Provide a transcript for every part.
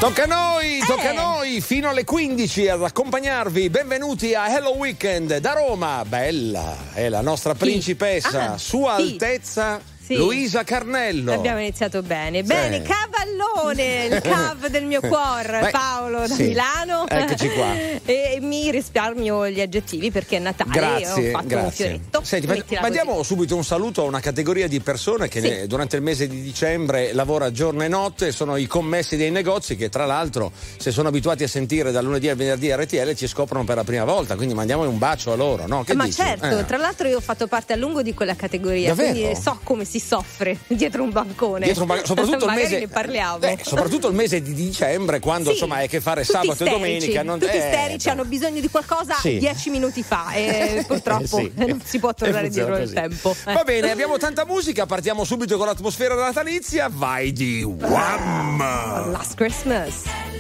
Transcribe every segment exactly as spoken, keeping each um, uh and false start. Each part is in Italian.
Tocca a noi, Eh. tocca a noi fino alle quindici ad accompagnarvi. Benvenuti a Hello Weekend da Roma. Bella, è la nostra principessa, Ah, Sua sì. Altezza Sì. Luisa Carnello. Abbiamo iniziato bene. Sì. Bene, cavallone, il cav del mio cuore, Beh, Paolo da sì. Milano. Eccoci qua. E mi risparmio gli aggettivi perché è Natale Grazie, ho fatto grazie. un fioretto. Senti, Mettila ma così. diamo subito un saluto a una categoria di persone che Sì. ne- durante il mese di dicembre lavora giorno e notte, sono i commessi dei negozi che tra l'altro se sono abituati a sentire dal lunedì al venerdì R T L ci scoprono per la prima volta, quindi mandiamo un bacio a loro, no? Che Ma dici? certo, Eh. tra l'altro io ho fatto parte a lungo di quella categoria, Davvero? quindi so come si soffre dietro un bancone. Dietro un ba- soprattutto il Magari mese ne parliamo. eh, soprattutto il mese di dicembre quando Sì, insomma hai a che fare tutti sabato isterici, e domenica non tutti eh, isterici hanno bisogno di qualcosa Sì. dieci minuti fa e purtroppo Sì. non si può tornare E funziona dietro il così. tempo. Eh. Va bene, abbiamo tanta musica, partiamo subito con l'atmosfera natalizia. Vai di Wham! Last Christmas.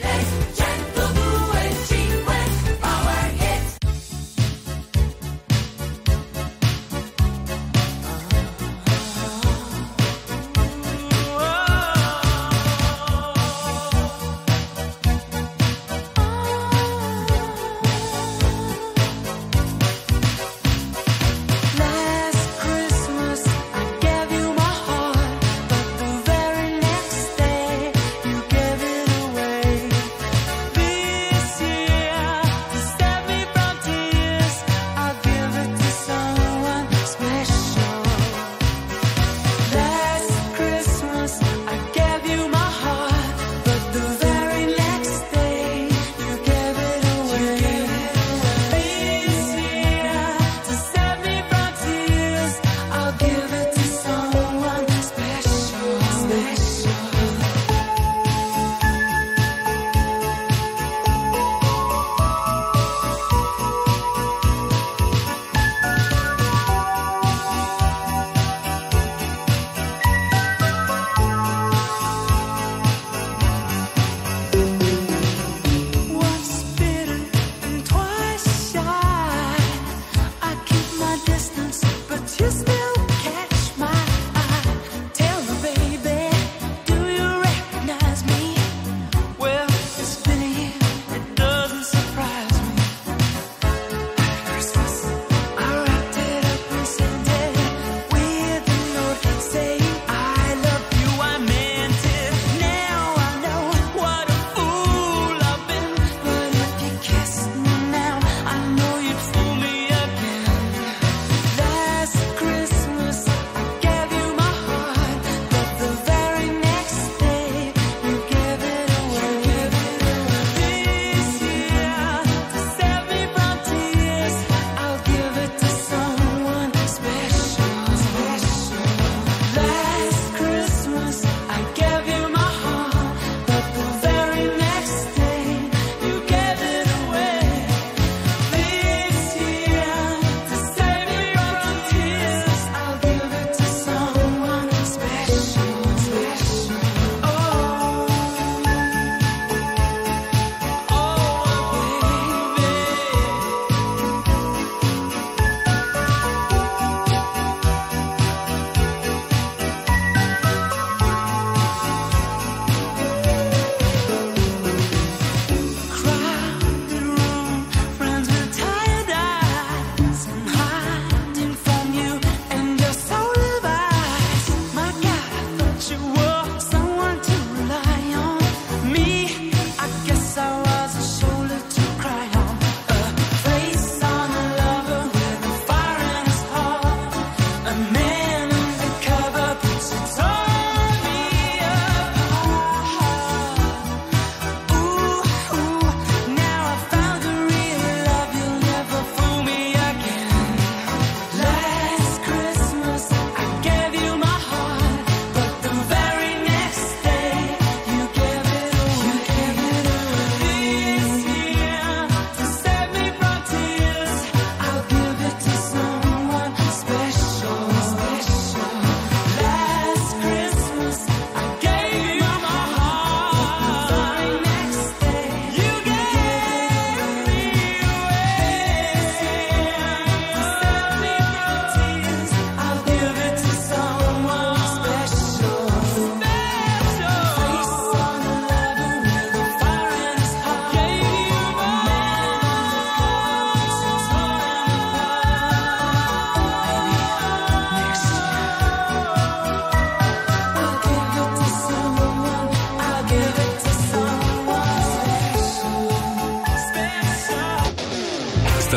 Last Christmas I gave you my heart, but the very next day you gave it away.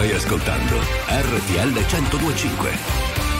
Stai ascoltando R T L centodue e cinque.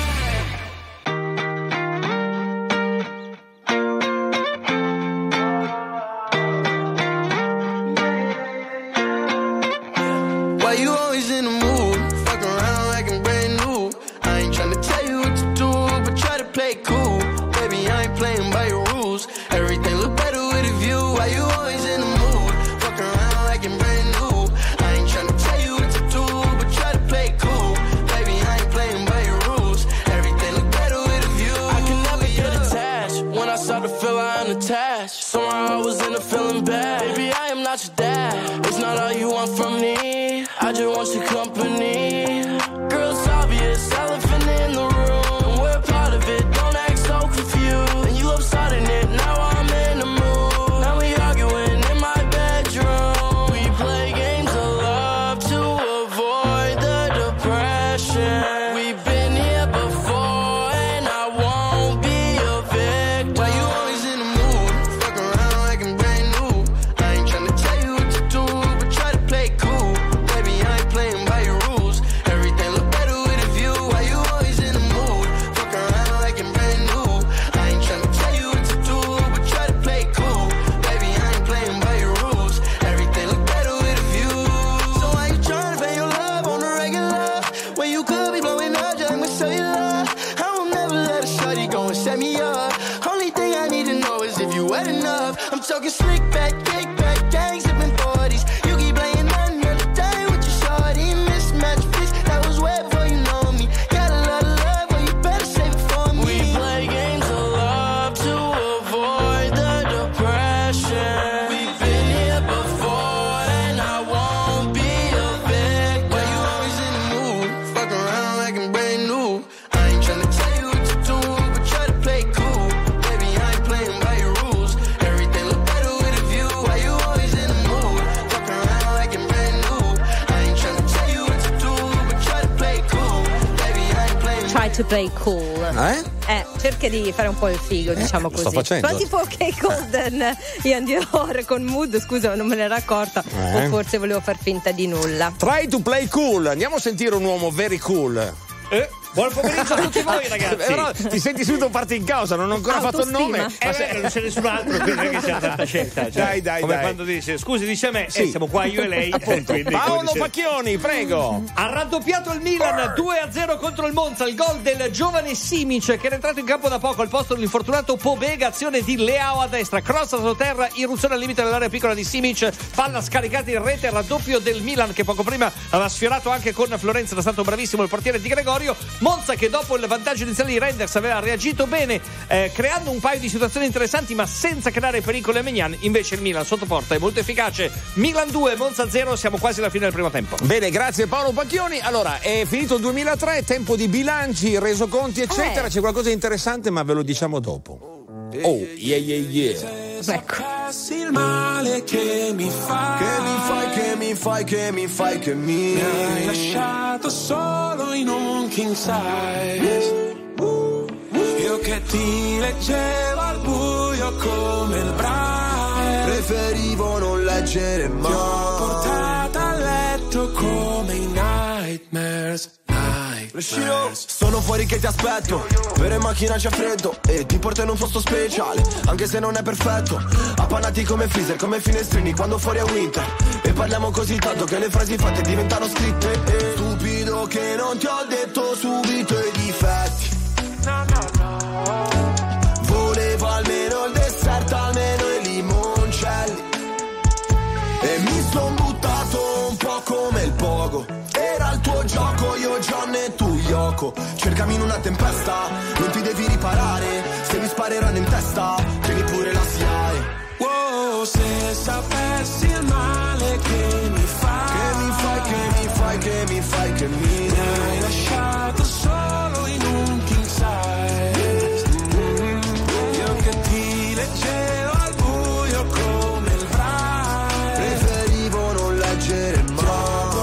To play cool. Eh? Eh, cerca di fare un po' il figo, eh, diciamo così. Sto facendo. Ma tipo Kate Golden e Andy Orr con Mood, scusa, non me ne ero accorta. Eh. O forse volevo far finta di nulla. Try to play cool. Andiamo a sentire un uomo very cool. Eh? Buon pomeriggio a tutti voi, ragazzi. Però ti senti subito parte in causa, non ho ancora Autostima. fatto il nome. Eh, beh, non c'è nessun altro, quindi non è che c'è tanta scelta. Cioè, dai, dai, come dai. quando dice, scusi, dice a me, Sì. eh, siamo qua io e lei. Appunto. Quindi, Paolo dice... Pacchioni, prego. Ha raddoppiato il Milan due a zero contro il Monza, il gol del giovane Simic che era entrato in campo da poco al posto dell'infortunato Pobega, azione di Leao a destra, cross sotterra, irruzione al limite dell'area piccola di Simic, palla scaricata in rete, raddoppio del Milan che poco prima aveva sfiorato anche con Florenzi, era stato bravissimo il portiere Di Gregorio. Monza che dopo il vantaggio iniziale di Reinders aveva reagito bene, eh, creando un paio di situazioni interessanti ma senza creare pericoli a Maignan. Invece il Milan sotto porta è molto efficace. Milan due, Monza zero, siamo quasi alla fine del primo tempo. Bene, grazie Paolo Pacchioni. Allora, è finito il duemilatré, tempo di bilanci, resoconti eccetera. Eh. C'è qualcosa di interessante ma ve lo diciamo dopo. Oh, yeah yeah yeah. Ecco. Il male che mi fai, Che mi fai, che mi fai, che mi fai, che mi mi hai lasciato solo in un king size. Io che ti leggevo al buio come il Braille, preferivo non leggere mai. ti ho portata a letto come i nightmares. Nightmares. Sono fuori che ti aspetto, vero in macchina c'è freddo e ti porto in un posto speciale, anche se non è perfetto. Appannati come freezer, come finestrini quando fuori è winter. E parliamo così tanto che le frasi fatte diventano scritte. E stupido che non ti ho detto subito i difetti. No, no, no. Volevo almeno il dessert, almeno i limoncelli. E mi son buttato un po' come il pogo. Era il tuo gioco, io John e tu Yoko. Cercami in una tempesta, non ti devi riparare. Se mi spareranno in testa, tieni pure la S I A E. Wow, se sapessi il male che mi fai, Che mi fai, che mi fai, che mi fai, che mi mi hai lasciato solo in un king size. Io che ti leggevo al buio come il Braille, preferivo non leggere mai.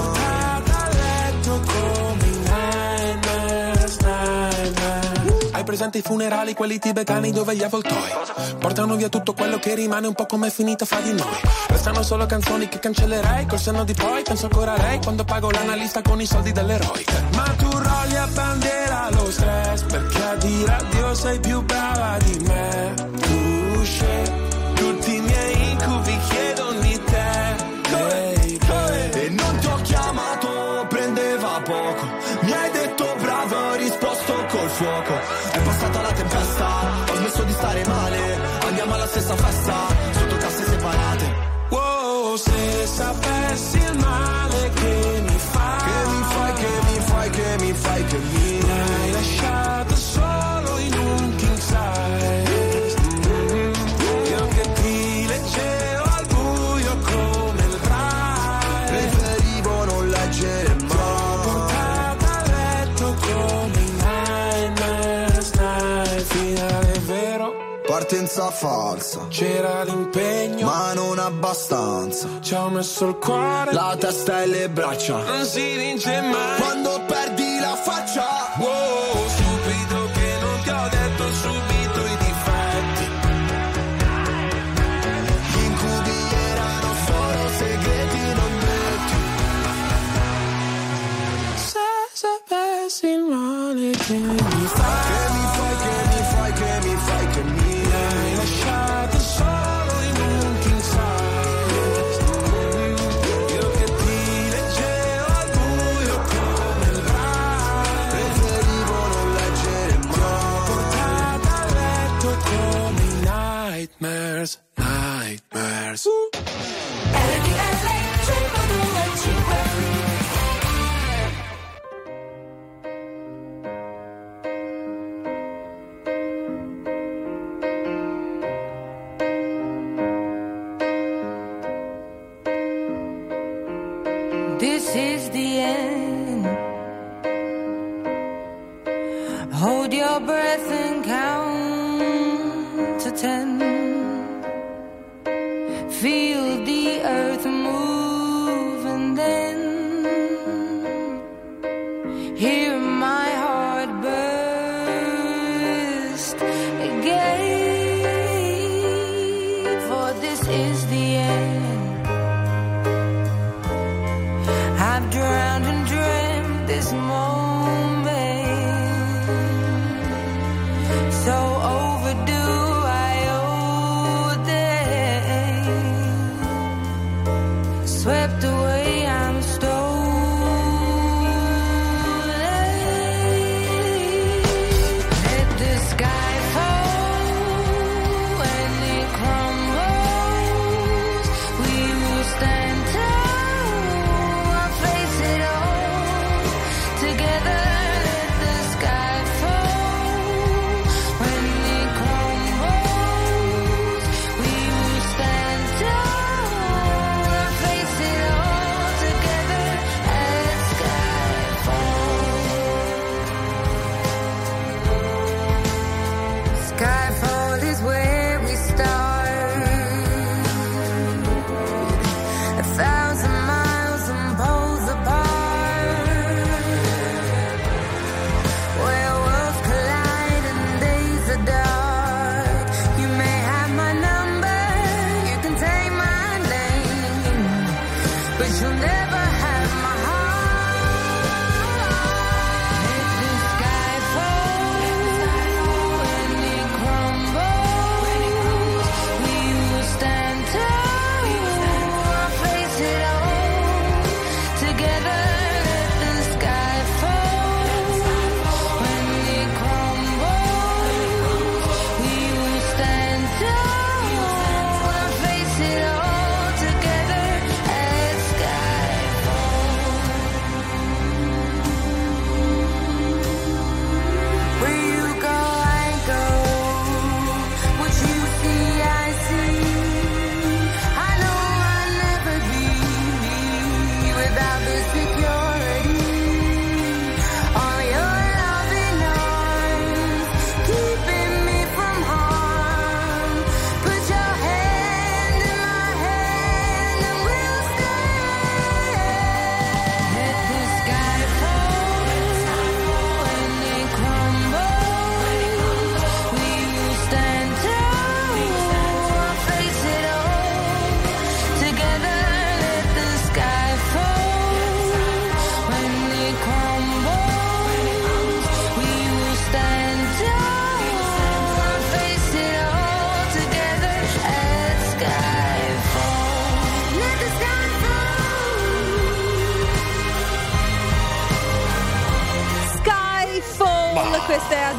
portata a letto come i nightmares, nightmares. Hai presente i funerali, quelli tibetani dove gli avvoltoi portano via tutto quello che rimane, un po' come è finita fra di noi. Restano solo canzoni che cancellerei, col senno di poi penso ancora a lei quando pago l'analista con i soldi dell'eroe. Ma tu rolli a bandiera lo stress, perché a dire addio sei più brava di me. Tu scegli tutti i miei incubi, chiedono di te. Hey, e non ti ho chiamato, prendeva poco. Mi hai detto bravo, ho risposto col fuoco. È passata la tempesta, ho smesso di stare male. Andiamo alla stessa festa, sotto casse separate. Wow, se sapessi il male che mi fai, che mi fai, che mi fai, che mi fai, che mi hai lasciato solo in un king size. Mm-hmm. Io che ti leggevo al buio come il braille, preferivo non leggere mai. Portata a letto come in Nightmares, Night. Finale vero, partenza falsa, c'era l'impegno ma non abbastanza. Ci ho messo il cuore, la testa e le braccia, non si vince mai quando perdi la faccia. Wow, stupido che non ti ho detto subito i difetti. Gli incubi erano solo segreti non detti. Se sapessi il male che mi fai, che mi fai, che mi fai, che mi fai, che mi hai lasciato solo in un king size. Io che ti leggevo al buio come il braille, preferivo non leggere mai. portata a letto come i Nightmares, Nightmares. This is the end. Hold your breath and count to ten. Feel the earth move and then hear my heart burst again. For this is the end. I've drowned and dreamt this moment, so overdue I owe them. Swept away, I'm stolen. Let the sky fall when it crumbles. We will stand tall. Face it all together.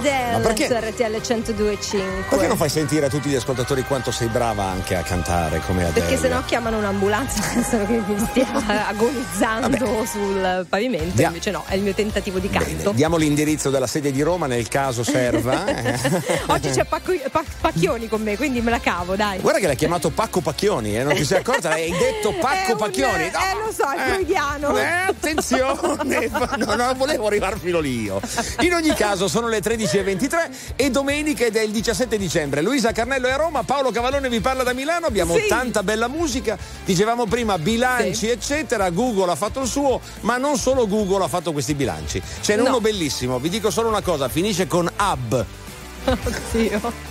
Adele su R T L centodue e cinque. Perché non fai sentire a tutti gli ascoltatori quanto sei brava anche a cantare come Adele? Perché sennò chiamano un'ambulanza, pensano che mi stia agonizzando Vabbè. sul pavimento. Dia- invece no, è il mio tentativo di canto. Bene. Diamo l'indirizzo della sede di Roma nel caso serva. Oggi c'è Pacco, pa- Pacchioni con me, quindi me la cavo, dai. Guarda che l'hai chiamato Pacco Pacchioni, eh? Non ti sei accorta? Hai detto Pacco Pacchioni. No, eh, lo so, è freudiano. Eh, eh, attenzione, no, non volevo arrivar fino lì io. In ogni caso sono le tredici e ventitré e domenica ed è il diciassette dicembre. Luisa Carnello è a Roma, Paolo Cavallone vi parla da Milano, abbiamo sì. tanta bella musica, dicevamo prima bilanci sì. eccetera, Google ha fatto il suo, ma non solo Google ha fatto questi bilanci, ce n'è no. uno bellissimo, vi dico solo una cosa, finisce con Hub. Oddio.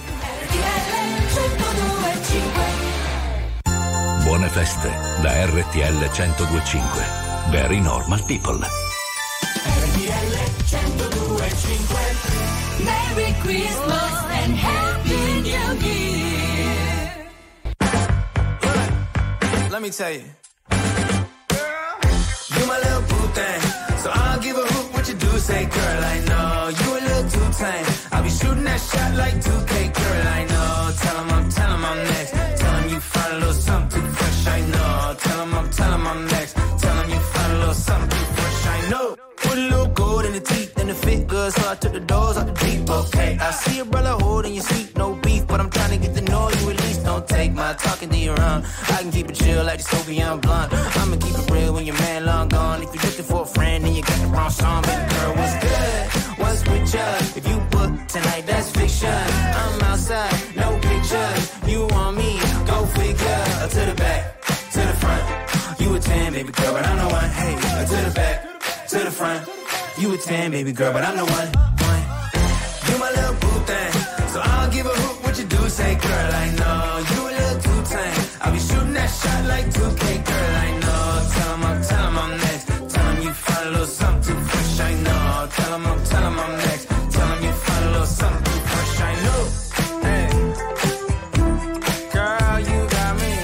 Buone feste da R T L centodue e cinque. Very normal people. R T L centodue e cinque. Merry Christmas and Happy New Year. Let me tell you. You my little boo thing, so I'll give a hoot what you do. Say, girl, I know you a little too tame. I'll be shooting that shot like two K, girl, I know. Tell 'em I'm, tell 'em I'm next. Tell 'em you find a little something too fresh, I know. Tell 'em I'm, tell 'em I'm next. Tell 'em you find a little something too fresh, I know. Put a little gold in the teeth and the fit good, so I took the doors out the deep, okay. I see a brother holding your seat, no beef, but I'm trying to get to know you at least. Don't take my talking to your own. I can keep it chill like the Soviet blunt. I'ma keep it real when your man long gone. If you're looking for a friend, then you got the wrong song. Baby girl, what's good? What's with ya? If you book tonight, that's fiction. I'm outside, no pictures. You want me? Go figure. To the back, to the front. You a ten, baby girl, but I'm the one. Hey, to the back, to the front. You a ten, baby girl, but I'm the one. one. You my little boo thing, so I'll give a hoot what you do. Say, girl, I know you a little too tame. I'll be shooting that shot like two K, girl, I know. Tell 'em I'm, tell 'em I'm next. Tell 'em you find a little something too fresh, I know. Tell 'em I'm, tell 'em I'm next. Tell 'em you find a little something too fresh, I know. Hey, girl, you got me.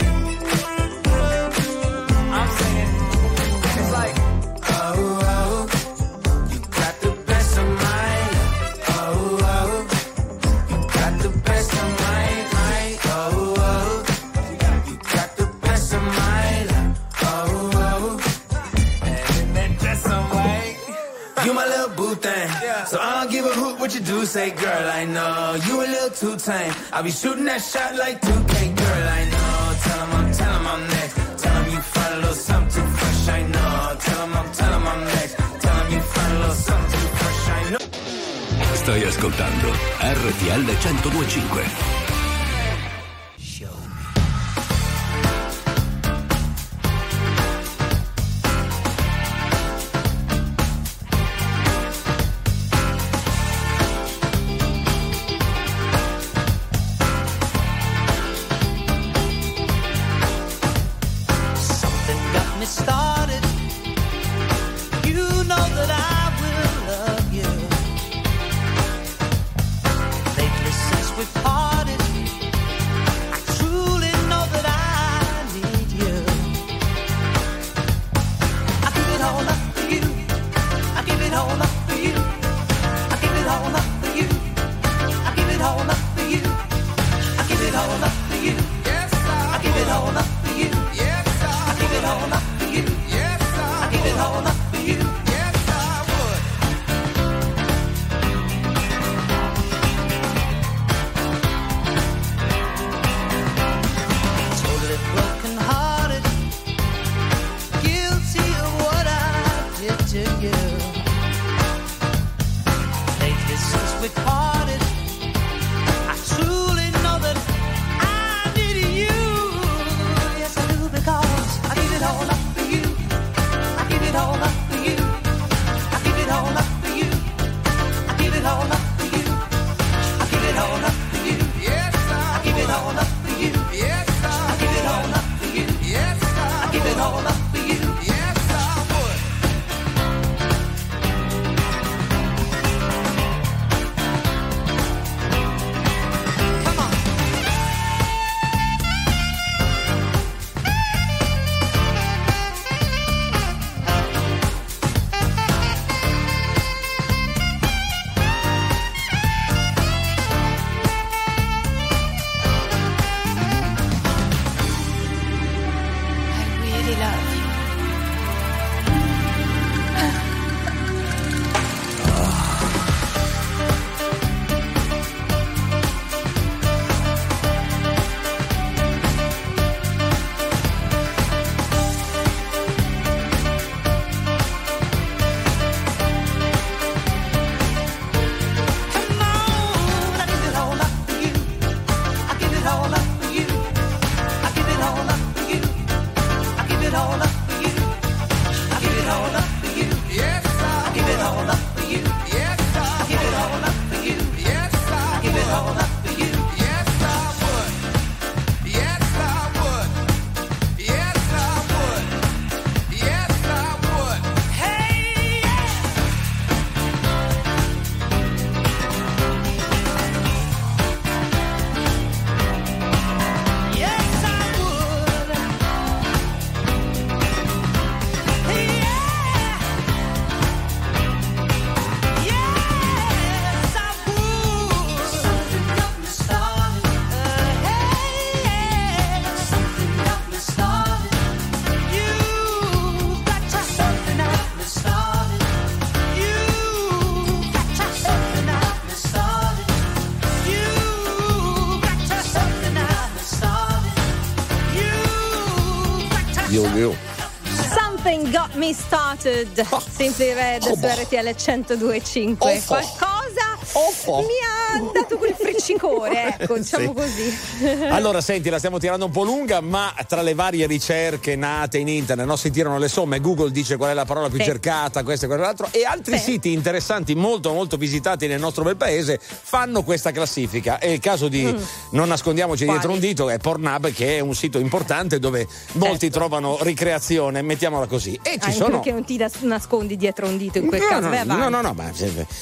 I'm singing, it's like, oh, oh, you got the best of mine. Oh, oh, you got the best of mine. Oh, oh, you got the best of mine. Oh, oh, and then just some way. You my little boo thing, so I don't give a hoot what you do. Say, girl, I know you a little too tame. I'll be shooting that shot like two K, girl, I know. Tell 'em I'm, tell 'em I'm next. Tell 'em you find a little something too fresh, I know. Tell 'em I'm, tell 'em I'm next. Tell 'em you find a little something too fresh, I know. Stai ascoltando R T L centodue e cinque. Since we parted, I truly know that I need you, you. Something got me started. Oh. Simply Red Oh, su R T L centodue e cinque. Oh, Qualcosa oh, mi ha dato quel friccicore, ecco, diciamo Sì. così. Allora, senti, la stiamo tirando un po' lunga, ma tra le varie ricerche nate in internet, no, si tirano le somme. Google dice qual è la parola più Sì. cercata, questo e quell'altro, e altri Sì. siti interessanti, molto molto visitati nel nostro bel paese, fanno questa classifica. È il caso di, Mm. non nascondiamoci Quali? dietro un dito, è Pornhub, che è un sito importante dove molti Certo. trovano ricreazione, mettiamola così. E ci Anche sono. perché non ti das- nascondi dietro un dito in quel no, caso. no, Vai avanti. no, no, no, ma,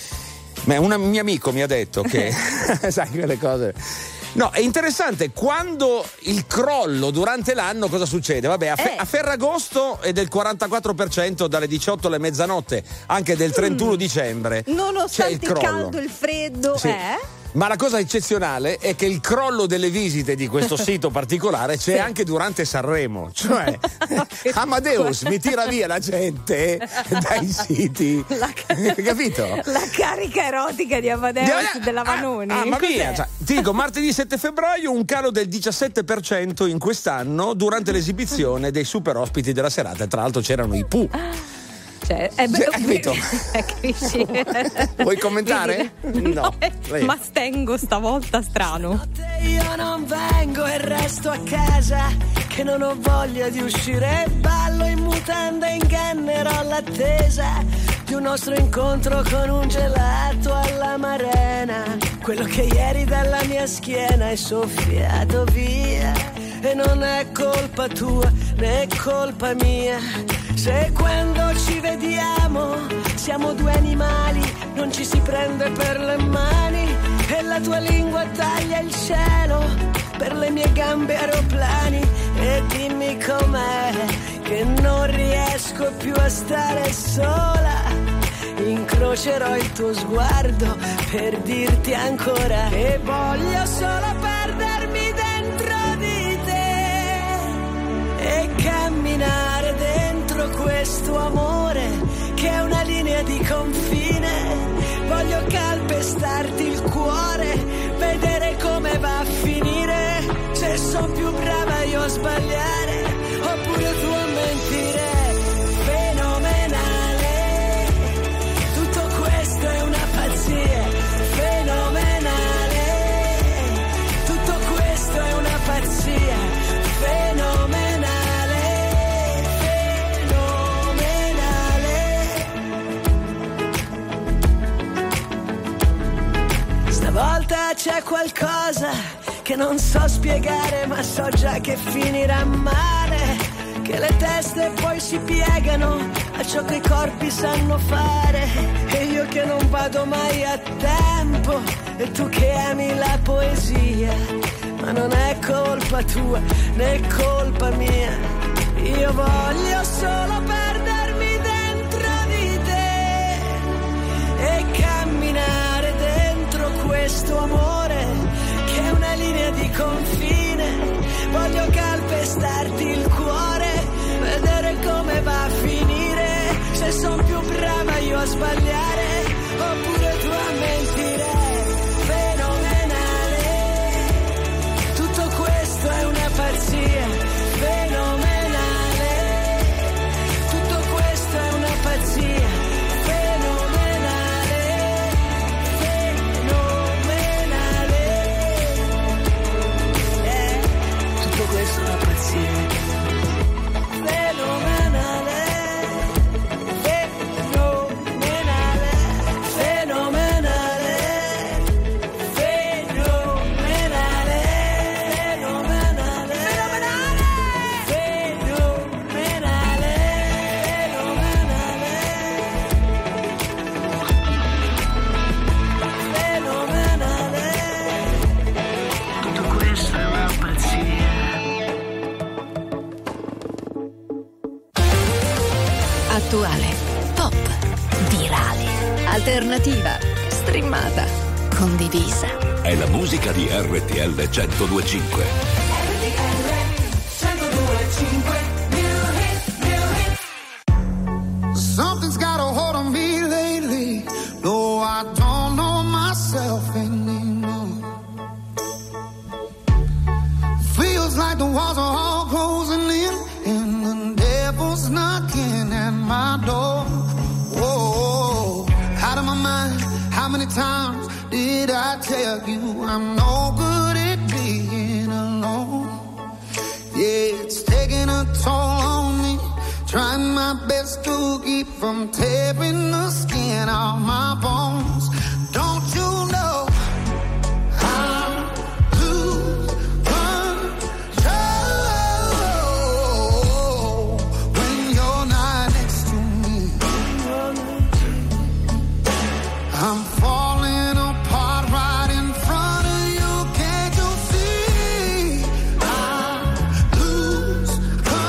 ma un mio amico mi ha detto che sai quelle cose. No, è interessante quando il crollo durante l'anno cosa succede? Vabbè, a, fe- Eh. a Ferragosto è del quarantaquattro per cento dalle diciotto alle mezzanotte, anche del trentuno dicembre. C'è Nonostante il il, crollo. caldo, il freddo, Sì. eh? Ma la cosa eccezionale è che il crollo delle visite di questo sito particolare c'è Sì. anche durante Sanremo. Cioè, Amadeus mi tira via la gente dai siti. La, Capito? La carica erotica di Amadeus Di- della Vanoni. Ah, ah, ma Cos'è? via, cioè, ti dico, martedì sette febbraio un calo del diciassette per cento in quest'anno durante l'esibizione dei super ospiti della serata. Tra l'altro c'erano i Pooh. Cioè, è Cioè, capito? Eh, capisci? Vuoi commentare? Vedi? No, eh, prego. ma stengo stavolta strano. Io non vengo e resto a casa, che non ho voglia di uscire, ballo in mutanda e ingannerò l'attesa di un nostro incontro con un gelato alla Marena. Quello che ieri dalla mia schiena è soffiato via, e non è colpa tua né colpa mia, se quando ci vediamo siamo due animali, non ci si prende per le mani, e la tua lingua taglia il cielo per le mie gambe aeroplani. E dimmi com'è che non riesco più a stare sola, incrocerò il tuo sguardo per dirti ancora che voglio solo perdermi dentro di te e camminare dentro questo amore che è una linea di confine. Voglio calpestarti il cuore, vedere come va a finire, se sono più brava io a sbagliare oppure tu a mentire. Fenomenale, tutto questo è una pazzia. Fenomenale, tutto questo è una pazzia. Fenomenale, fenomenale. Stavolta c'è qualcosa che non so spiegare, ma so già che finirà male, che le teste poi si piegano a ciò che i corpi sanno fare, e io che non vado mai a tempo, e tu che ami la poesia, ma non è colpa tua né colpa mia, io voglio solo perdermi dentro di te e camminare dentro questo amore che è una linea di confine. Voglio calpestarti il cuore, vedere come va a finire, se sono più brava io a sbagliare oppure tu a mentire. Fenomenale, tutto questo è una pazzia. Fenomenale, tutto questo è una pazzia. Fenomenale, fenomenale, eh, tutto questo è una pazzia. Fenomenale, fenomenale, fenomenale, fenomenale, fenomenale, fenomenale, fenomenale, tutto questo è una pazzia. Attuale, pop, virale, alternativa, streamata, condivisa. È la musica di R T L centodue e cinque. Something's got a hold on me lately. No, I don't know myself anymore. Feels like the walls are all closing in, and the times did I tell you I'm no good at being alone? Yeah, it's taking a toll on me, trying my best to keep from tearing the skin off my bones. Don't you know I lose control when you're not next to me? I'm falling apart right in front of you, can't you see? I lose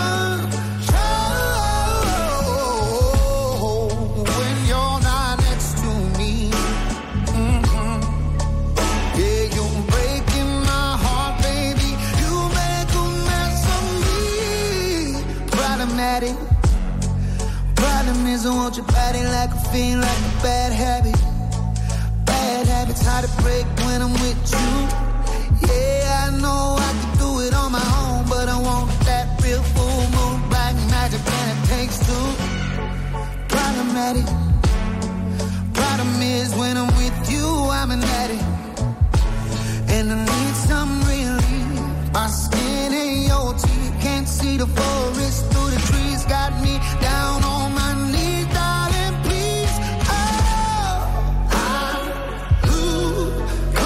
control when you're not next to me. Mm-hmm. Yeah, you're breaking my heart, baby. You make a mess of me. Problematic. Problem is I want your body like a fiend, like a bad habit. Bad habits hard to break when I'm with you. Yeah, I know I can do it on my own, but I want that real full moon black magic, and it takes two. Problematic. Problem is when I'm with you, I'm an addict, and I need some relief. My skin ain't your teeth, can't see the forest through the trees. Got me down on my knees, darling, please. Oh, I lose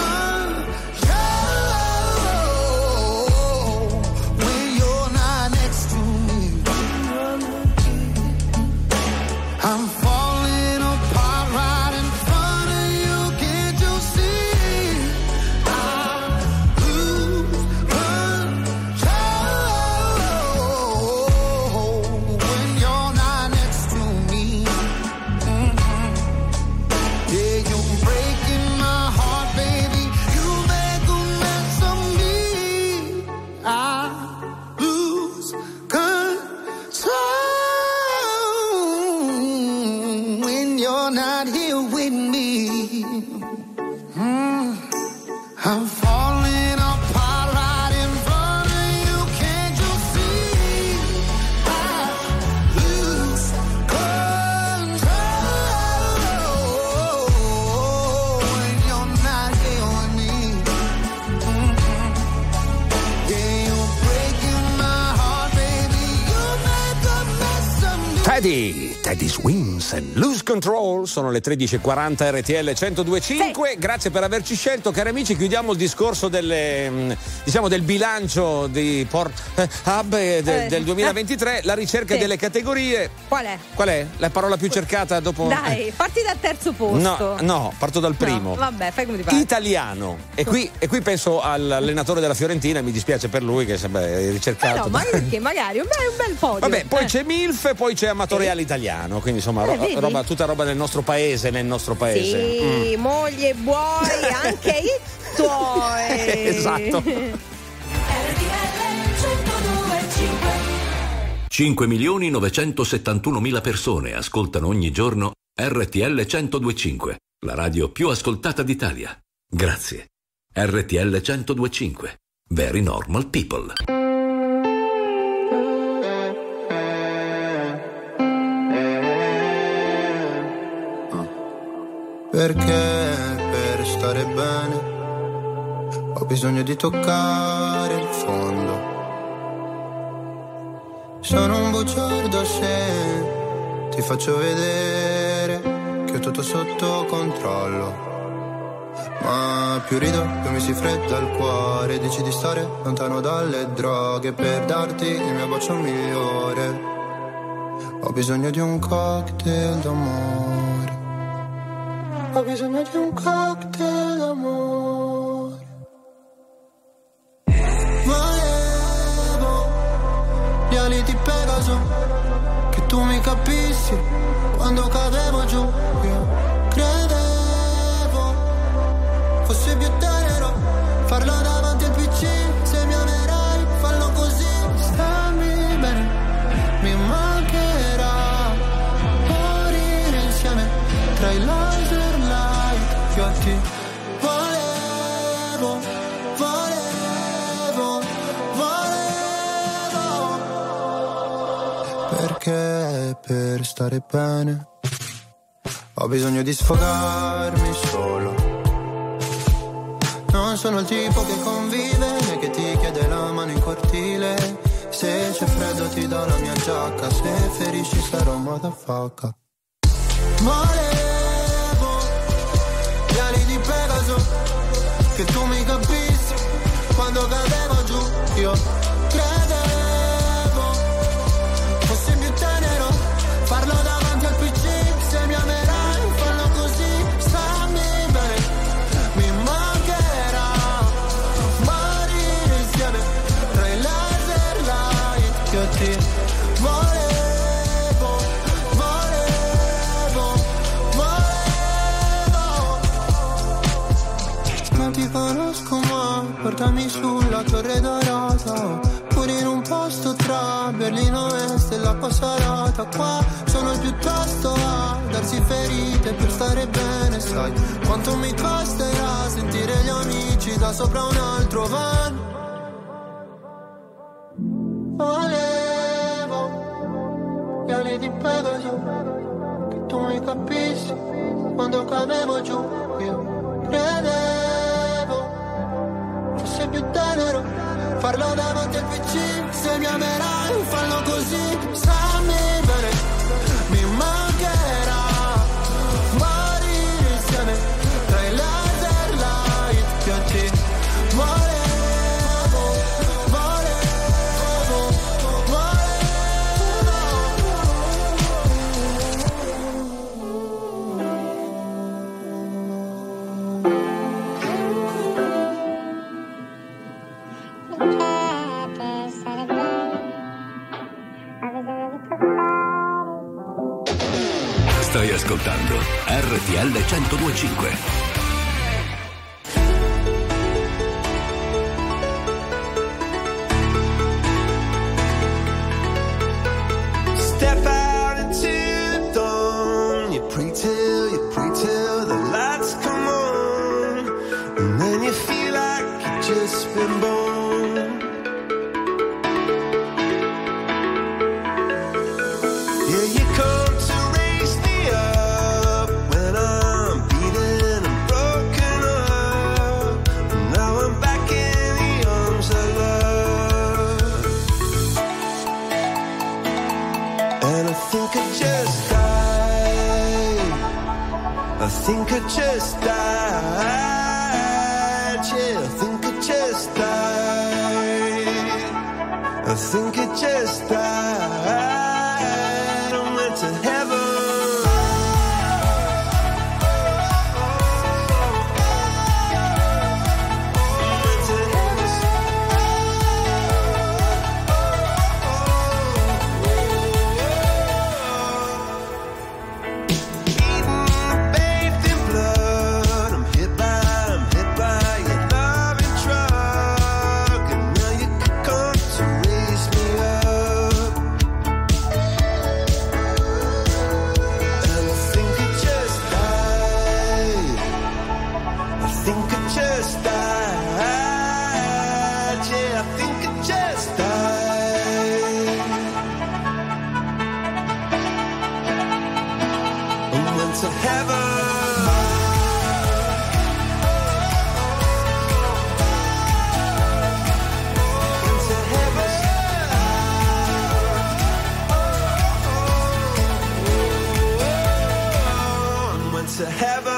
control when you're not next to me. I'm falling apart right in front of you, can't you see? I lose control when you're not next to me. Mhm. Yeah, you're breaking my heart, baby. You make a mess of me. I lose control when you're not here with me. Mm. I'm falling apart right in front of you, can't you see? I lose control when you're not here with me. Mhm. Yeah, you're breaking my heart, baby. You make a mess of me. Teddy, Teddy Swims and Lose Control. Sono le tredici e quaranta, R T L centodue e cinque. Grazie per averci scelto, cari amici. Chiudiamo il discorso delle, mh, diciamo del bilancio di Port eh, Hub eh, de- Eh. del duemilaventitré, la ricerca Sì. delle categorie. Qual è? Qual è la parola più cercata dopo? Dai, parti dal terzo posto. No, no, parto dal primo. No, vabbè, fai come ti pare. Italiano. E qui, e qui penso all'allenatore della Fiorentina, mi dispiace per lui che sembra ricercato. Eh no, ma perché magari un bel, un bel podio. Vabbè, poi Eh. c'è MILF, poi c'è amatoriale italiano, quindi insomma ro- Eh, vedi? roba, tutta roba del nostro paese, nel nostro paese. Sì, mogli e buoi, anche i tuoi. Esatto. cinque milioni novecentosettantunomila persone ascoltano ogni giorno R T L centodue e cinque, la radio più ascoltata d'Italia. Grazie. R T L centodue e cinque. Very normal people. Perché per stare bene ho bisogno di toccare il fondo. Sono un bugiardo se ti faccio vedere che ho tutto sotto controllo. Ma più rido, più mi si fredda il cuore. Dici di stare lontano dalle droghe per darti il mio bacio migliore. Ho bisogno di un cocktail d'amore. Ho bisogno di un cocktail d'amore. Volevo gli ali di Pegaso, che tu mi capissi quando cadevo giù. Io credevo fosse più tenero farlo davanti al P C. Se mi amerai, fallo così. Stammi bene, mi mancherà morire insieme tra i laser light fiotti. Volevo, volevo, volevo. Perché per stare bene ho bisogno di sfogarmi solo. non sono il tipo che convive né che ti chiede la mano in cortile. Se c'è freddo ti do la mia giacca, se ferisci sarò motherfucker. Volevo gli ali di Pegaso, che tu mi capissi quando cadevo giù. Io credevo fossi più tenero, farlo davanti al P C. Se mi amerai fallo così, stammi bene, mi mancherà morire insieme tra i laser light. Io ti volevo, volevo, volevo. Non ti conosco ma portami sulla Torre Dorata, pure in un posto tra Berlino Est e la Passerata. Qua sono piuttosto a darsi ferite per stare bene. Sai quanto mi costerà sentire gli amici da sopra un altro van. Volevo gli ali di Pegaso, che tu mi capissi quando cadevo giù. Io credevo fosse più tenero, farlo davanti al P C. Se mi amerai fallo così, stammi bene, mi mancherà morire insieme tra i laser light. Io ti volevo, volevo, Stai ascoltando R T L centodue e cinque. Step out into the dawn. You pray till, you pray till the lights come on, and then you feel like you've just been born. Yeah, you come to raise me up when I'm beaten and broken up. And now I'm back in the arms of love. And I think I just died. I think I just died. Yeah, I think I just died. I think I just died. I went to heaven. Bathed in blood, I'm hit by, I'm hit by your loving drug, and now you come to raise me up. And I think I just died. I think I just died. Yeah, I think I just died. And went to heaven. Went to heaven. And went to heaven.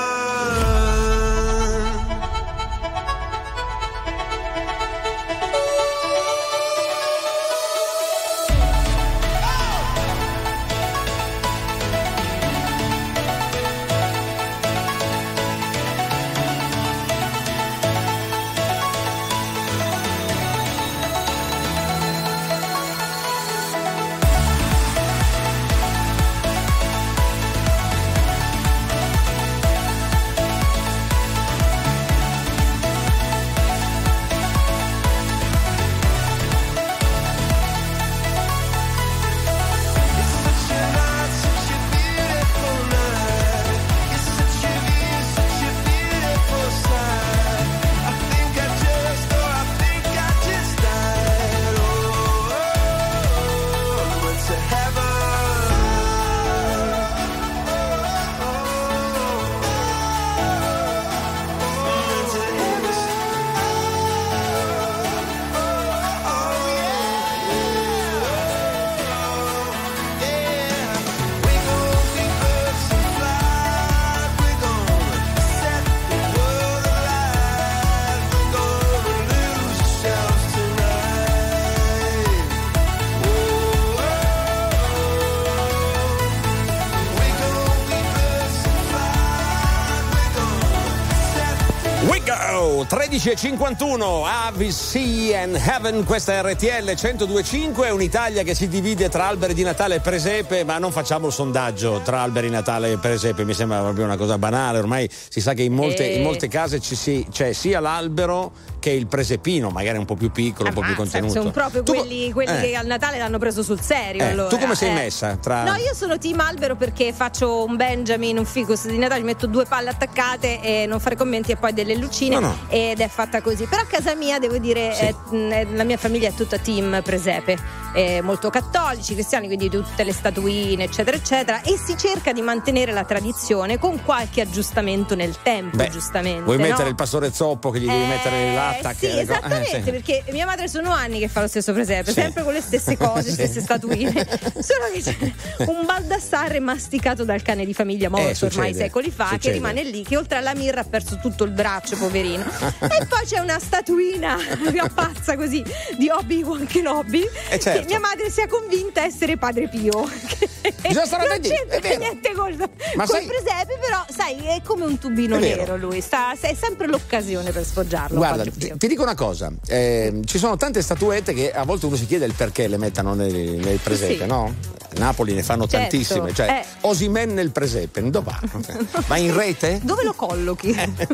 tredici e cinquantuno, A V C and Heaven, questa è R T L centodue e cinque, un'Italia che si divide tra alberi di Natale e presepe, ma non facciamo il sondaggio tra alberi di Natale e presepe, mi sembra proprio una cosa banale, ormai si sa che in molte, e... in molte case ci si, c'è sia l'albero che il presepino, magari un po' più piccolo, un po' più contenuto. Sono proprio tu, quelli, quelli eh. che al Natale l'hanno preso sul serio. Eh, allora. tu come sei eh. messa? Tra... No, io sono team albero perché faccio un Benjamin, un ficus di Natale, metto due palle attaccate e non fare commenti e poi delle lucine, no, no. ed è fatta così. Però a casa mia devo dire sì. è, la mia famiglia è tutta team presepe, è molto cattolici, cristiani, quindi tutte le statuine eccetera eccetera, e si cerca di mantenere la tradizione con qualche aggiustamento nel tempo. Beh, giustamente vuoi no? mettere il pastore zoppo che gli devi eh, mettere le latta? Sì, che esattamente, eh, sì. Perché mia madre sono anni che fa lo stesso presepe, sì. sempre con le stesse cose, le stesse statuine, solo che c'è un baldassarre masticato dal cane di famiglia morto eh, ormai secoli fa, succede. Che rimane lì, che oltre alla mirra ha perso tutto il braccio, poverino. E poi c'è una statuina pazza così di Obi-Wan Kenobi, eh, certo. che mia madre si è convinta essere Padre Pio. Bisogna stare non attenti, c'entra niente col, ma col sai... presepe, però sai, è come un tubino nero lui, sta, è sempre l'occasione per sfoggiarlo. Guarda, ti, ti dico una cosa, eh, ci sono tante statuette che a volte uno si chiede il perché le mettano nel, nel presepe, sì. no? Napoli ne fanno certo. tantissime, cioè eh. Osimhen nel presepe, dove va? Va in rete? Dove lo collochi?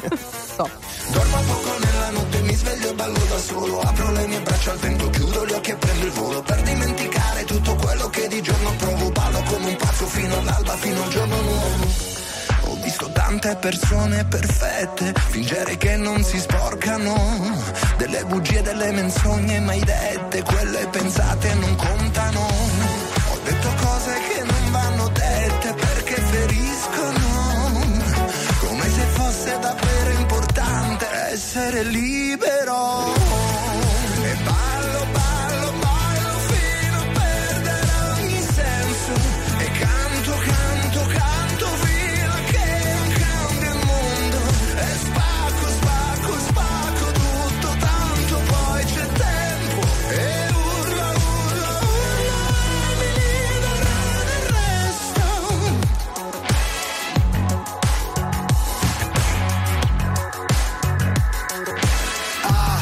so. Dormo poco nella notte, mi sveglio e ballo da solo, apro le mie braccia al vento, chiudo gli occhi e prendo il volo per dimenticare tutto quello che di giorno provo, ballo come un pazzo fino all'alba, fino al giorno nuovo. Ho visto tante persone perfette fingere che non si sporcano, delle bugie, delle menzogne mai dette, quelle pensate non contano. Ho detto cose che non vanno dette perché feriscono, come se fosse davvero importante essere libero. E ballo, ballo, ballo fino a perdere ogni senso, e canto, canto, canto fino a che non cambia il mondo, e spacco, spacco, spacco tutto, tanto poi c'è tempo, e urla, urla, urla, mi libero del resto. Ah,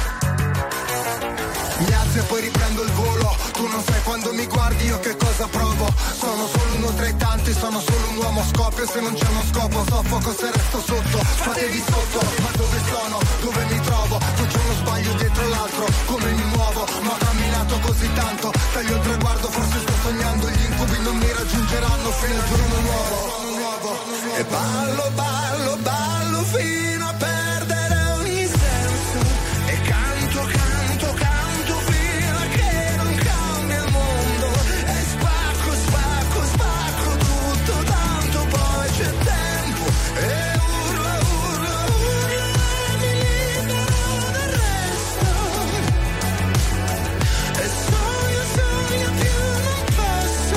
mi alzo e poi riprendo il volo, tu non sai quando mi guardi io che cosa provo, sono solo uno tra i tanti, sono solo un uomo, scoppio se non c'è uno scopo, soffoco se resto sotto, fatevi sotto, ma dove sono, dove mi trovo, faccio uno sbaglio dietro l'altro, come mi muovo, ma ho camminato così tanto, taglio il traguardo, forse sto sognando, gli incubi non mi raggiungeranno fino al giorno nuovo, e ballo, ballo, ballo fino a perdere ogni senso, e canto, canto, canto fino a che non cambia il mondo, e spacco, spacco, spacco tutto, tanto poi c'è tempo, e urla, urla, urla, mi libero del resto, e sogno, sogno più non posso,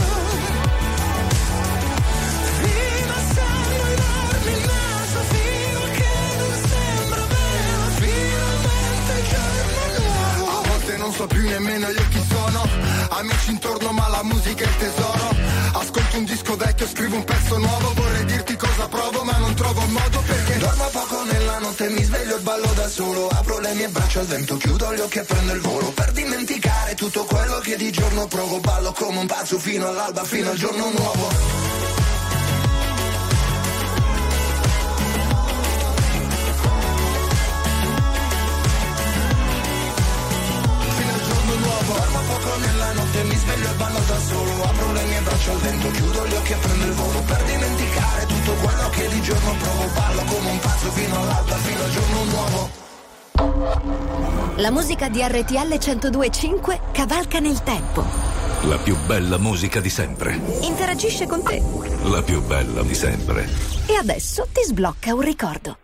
fino a sangue enorme il naso, fino a che non sembra vero, finalmente il giorno nuovo. A volte non so più nemmeno io chi sono, amici intorno ma la musica è il tesoro, ascolto un disco vecchio, scrivo un pezzo nuovo, vorrei dirti cosa provo ma non trovo un modo perché dormo poco nella notte, mi sveglio e ballo da solo, apro le mie braccia al vento, chiudo gli occhi e prendo il volo per dimenticare tutto quello che di giorno provo, ballo come un pazzo fino all'alba, fino al giorno nuovo. Dormo poco nella notte, mi sveglio e ballo da solo, apro le mie braccia al vento, chiudo gli occhi e prendo il volo per dimenticare tutto quello che di giorno provo, ballo come un pazzo fino all'alba, fino al giorno nuovo. La musica di R T L centodue e cinque cavalca nel tempo. La più bella musica di sempre. Interagisce con te. La più bella di sempre. E adesso ti sblocca un ricordo.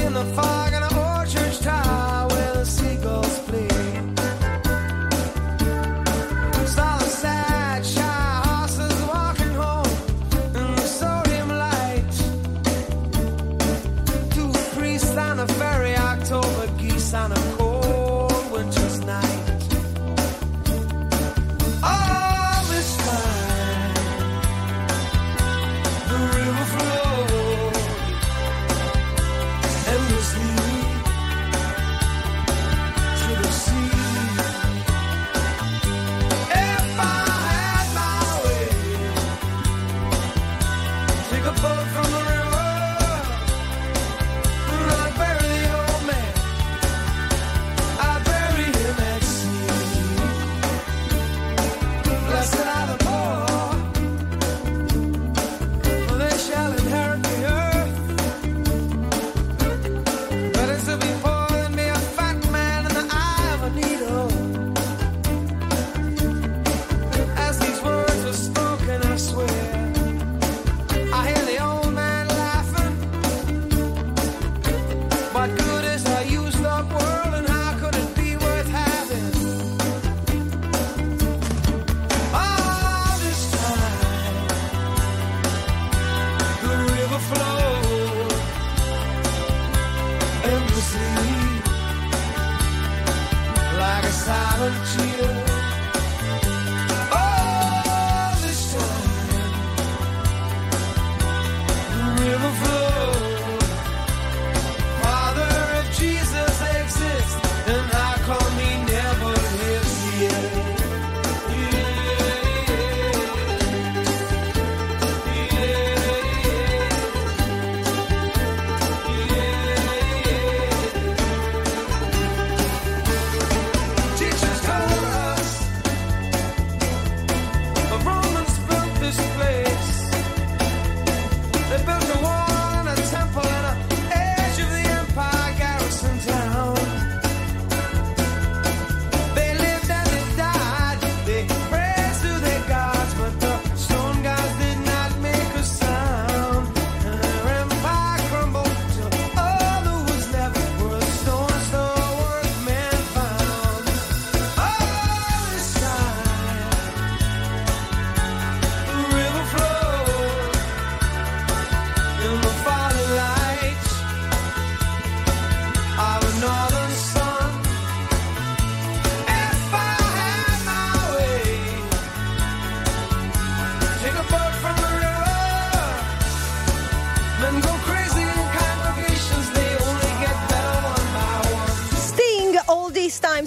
Fog in an old church tower where the seagulls play.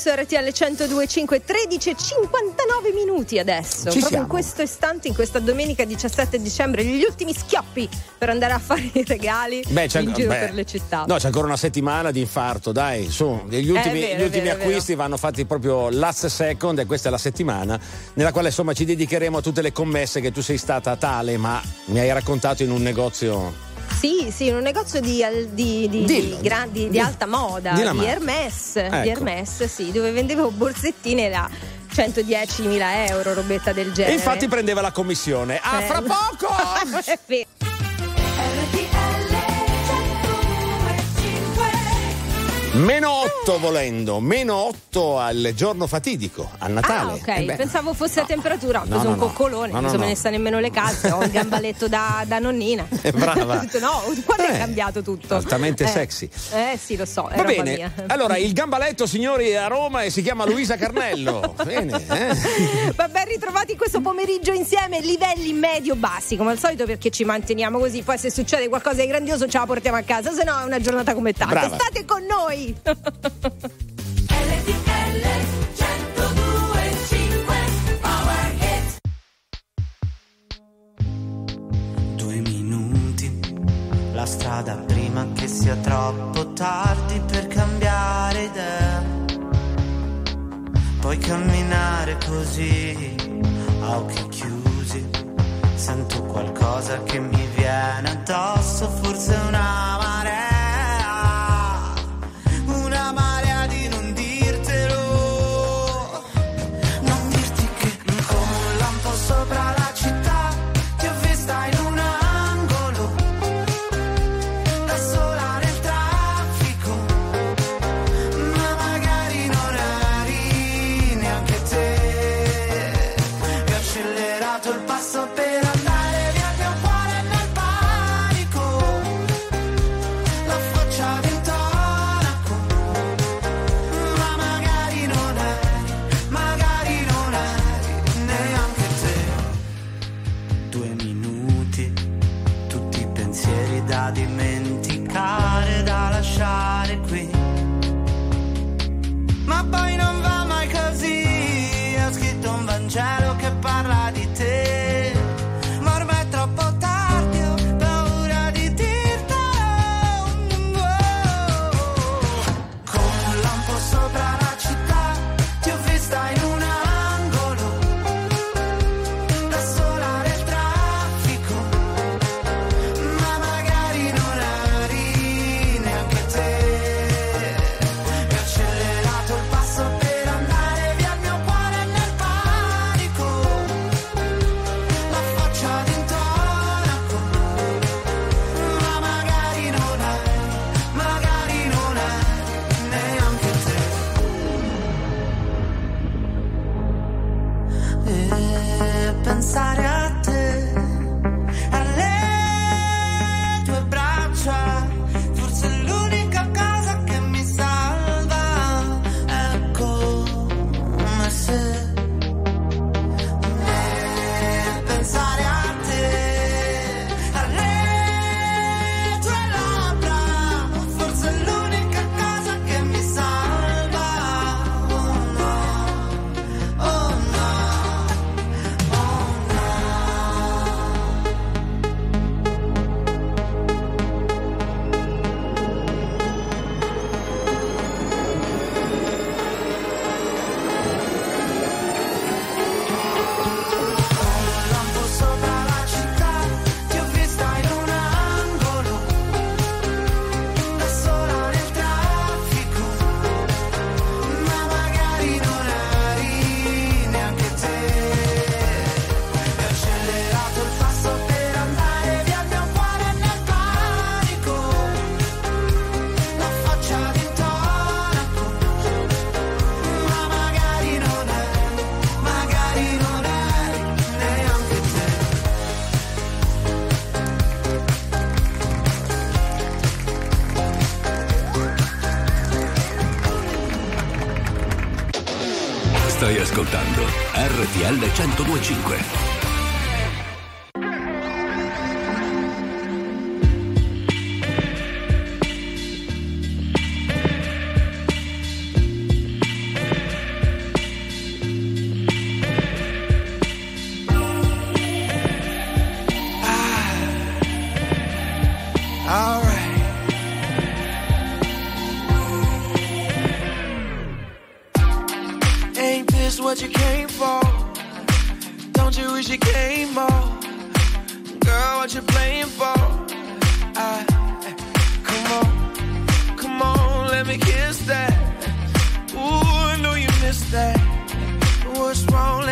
su R T L centodue e cinque, tredici e cinquantanove minuti adesso. Ci Proprio siamo. in questo istante, in questa domenica diciassette dicembre, gli ultimi schioppi per andare a fare i regali Beh, c'è, in giro beh, per le città. No, c'è ancora una settimana di infarto, dai, su. Gli ultimi, vero, gli ultimi è vero, è acquisti vanno fatti proprio last second e questa è la settimana nella quale insomma ci dedicheremo a tutte le commesse che tu sei stata tale, ma mi hai raccontato in un negozio. Sì, sì, in un negozio di, di, di, Dillo, di, gran- di, di di- alta moda, di la di marca. Hermès, Ecco. di Hermès, sì, dove vendevo borsettine da centodiecimila euro, robetta del genere. E infatti prendeva la commissione. Ah, Eh. fra poco! È vero. Meno otto volendo, meno otto al giorno fatidico, a Natale. Ah, ok, Eh beh, pensavo fosse la temperatura. Ho No, preso no, un no. coccolone, No, no, non so no. me ne sta nemmeno le calze. Ho il gambaletto da, da nonnina. Eh, brava. Ho detto, no, quando Eh, è cambiato tutto? altamente Eh, sexy. Eh sì, lo so, è Va roba bene, mia. allora il gambaletto, signori, è a Roma e si chiama Luisa Carnello. Bene, eh? Va ben ritrovati questo pomeriggio insieme, livelli medio-bassi come al solito, perché ci manteniamo così. Poi se succede qualcosa di grandioso ce la portiamo a casa, se no è una giornata come tante. Brava. State con noi. Due minuti, la strada prima che sia troppo tardi per cambiare idea. Puoi camminare così, a occhi chiusi. Sento qualcosa che mi viene addosso, forse una marea. Una marea di non dirtelo. Non dirti che come un lampo sopra la città ti ho vista in un angolo, da sola nel traffico. Ma magari non eri neanche te. E ho accelerato il passo per andare via, il mio cuore nel panico. La faccia d'intonaco. Ma magari non eri, magari non eri neanche te. Due minuti, tutti i pensieri da dimenticare, da lasciare qui. Ma poi non va mai così. Ho scritto un Vangelo che parla di te, ma ormai è troppo tardi, ho paura di dirtelo. Come un lampo sopra la città ti ho vista in un angolo, da sola nel traffico. Ma magari non eri neanche te. E ho accelerato il passo per andare via, il mio cuore nel panico. La faccia d'intonaco. Ma magari non eri, magari non eri neanche te. E pensare a te, alle tue braccia, forse è l'unica cosa che mi salva. È come se e pensare a te, alle tue labbra, forse è l'unica cosa che mi salva. Oh no, oh no. Lampo sopra la città ti ho vista in un angolo, da sola nel traffico. Ma magari non eri neanche te. E ho accelerato il passo per andare via, il mio cuore nel panico. La faccia d'intonaco. Ma magari non eri, magari non eri neanche te. Stai ascoltando R T L centodue e cinque.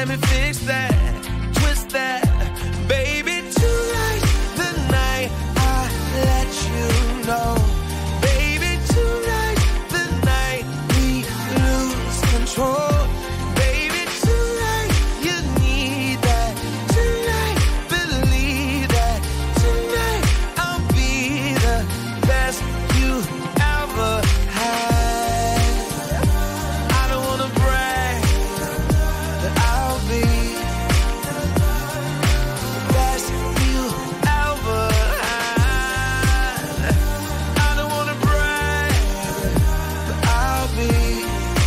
let me fix that, twist that. Baby, tonight's the night I let you know. Baby, tonight's the night we lose control. Baby, tonight you need that. Tonight, believe that. Tonight I'll be the best you ever had. I don't wanna brag, but I'll be the best you ever had. I don't wanna brag, but I'll be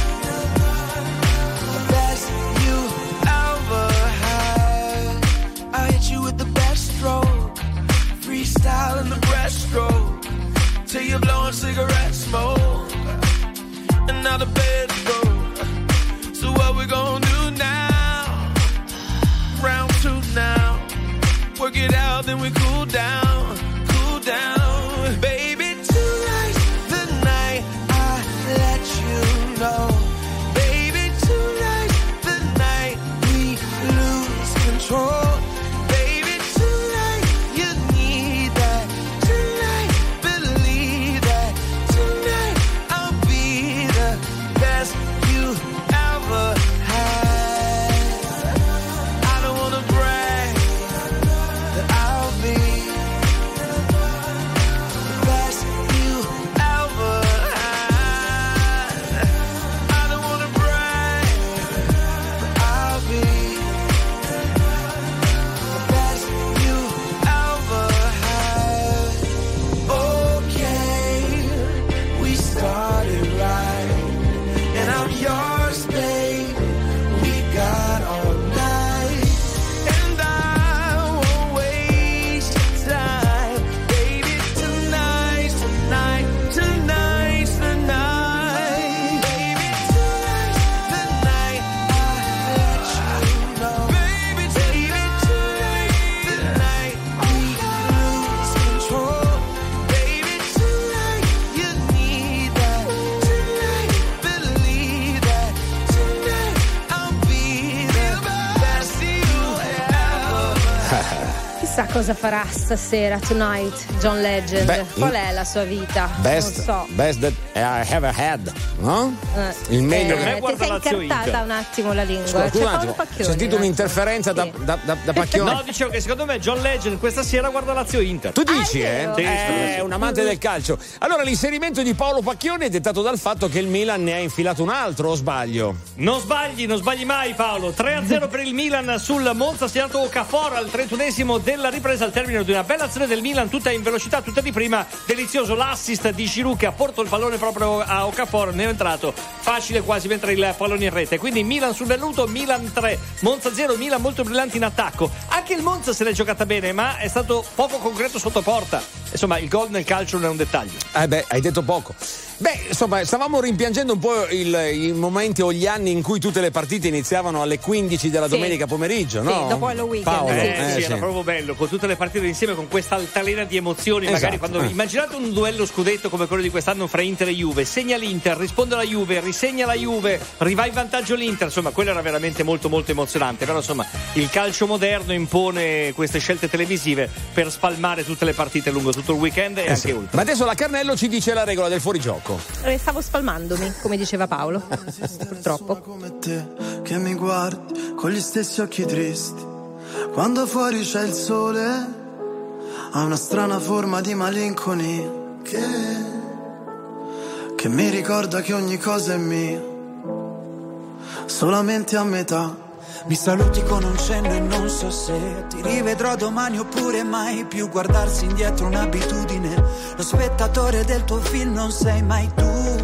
the best you ever had. I hit you with the best stroke, freestyle in the breaststroke, till you're blowing cigarette smoke, and now the bed's broke. So what we gonna do now? Round two now. Work it out, then we cool down, cool down. Baby, tonight's the night I let you know. Baby, tonight's the night we lose control. Baby, tonight you need that. Tonight, believe that. Tonight I'll be the best you ever had. I don't wanna brag, but I'll be the best you ever had. I don't wanna brag, but I'll be the best you ever had. Okay, we started right, and I'm yours, babe. We got all night, and I won't waste your time, baby. Tonight's the night, tonight's the night, baby. Tonight's the night I let you know, baby. Tonight's the night we lose control, baby. Tonight you need that. Tonight, believe that. Tonight I'll be the best you ever. Chissà cosa farà stasera, tonight, John Legend. Beh, Qual è la sua vita? Best, non so. best that I ever had, no? Eh, Il meglio eh, che... ti sei incartata un attimo la lingua. Scusa, C'è scusa un Paolo attimo, ho Pacchioni, sentito un un'interferenza da, attimo. da, da, da Pacchioni. No, dicevo che secondo me John Legend questa sera guarda Lazio Inter. Tu dici, Ah, è eh? vero? Sì, È un amante del calcio. Allora, l'inserimento di Paolo Pacchioni è dettato dal fatto che il Milan ne ha infilato un altro, o sbaglio? Non sbagli, non sbagli mai Paolo. tre a zero per il Milan sul Monza, segnato Okafor al trentunesimo della ripresa al termine di una bella azione del Milan, tutta in velocità, tutta di prima. Delizioso l'assist di Giroud che ha portato il pallone proprio a Okafor, ne è entrato facile quasi mentre il pallone in rete. Quindi Milan sul velluto, Milan tre, Monza zero, Milan molto brillante in attacco. Anche il Monza se l'è giocata bene, ma è stato poco concreto sotto porta. Insomma, il gol nel calcio non è un dettaglio. Eh beh, hai detto poco. Beh, insomma, stavamo rimpiangendo un po' il, i momenti o gli anni in cui tutte le partite iniziavano alle quindici della Sì. domenica pomeriggio, Sì, no? dopo il weekend, Paolo, sì. Eh, eh, sì, sì. era proprio bello, con tutte le partite insieme, con questa altalena di emozioni. Magari Esatto, quando eh. immaginate un duello scudetto come quello di quest'anno fra Inter e Juve, segna l'Inter, risponde la Juve, risegna la Juve, rivà in vantaggio l'Inter. Insomma, quello era veramente molto molto emozionante. Però insomma, il calcio moderno impone queste scelte televisive per spalmare tutte le partite lungo tutto il weekend e Eh anche sì. oltre. Ma adesso la Carnello ci dice la regola del fuorigioco. Eh, Stavo spalmandomi, come diceva Paolo. Purtroppo. Come te che mi guardi con gli stessi occhi tristi. Quando fuori c'è il sole, ha una strana forma di malinconia che, che mi ricorda che ogni cosa è mia, solamente a metà. Mi saluti con un cenno e non so se ti rivedrò domani oppure mai più. Guardarsi indietro un'abitudine, lo spettatore del tuo film non sei mai tu.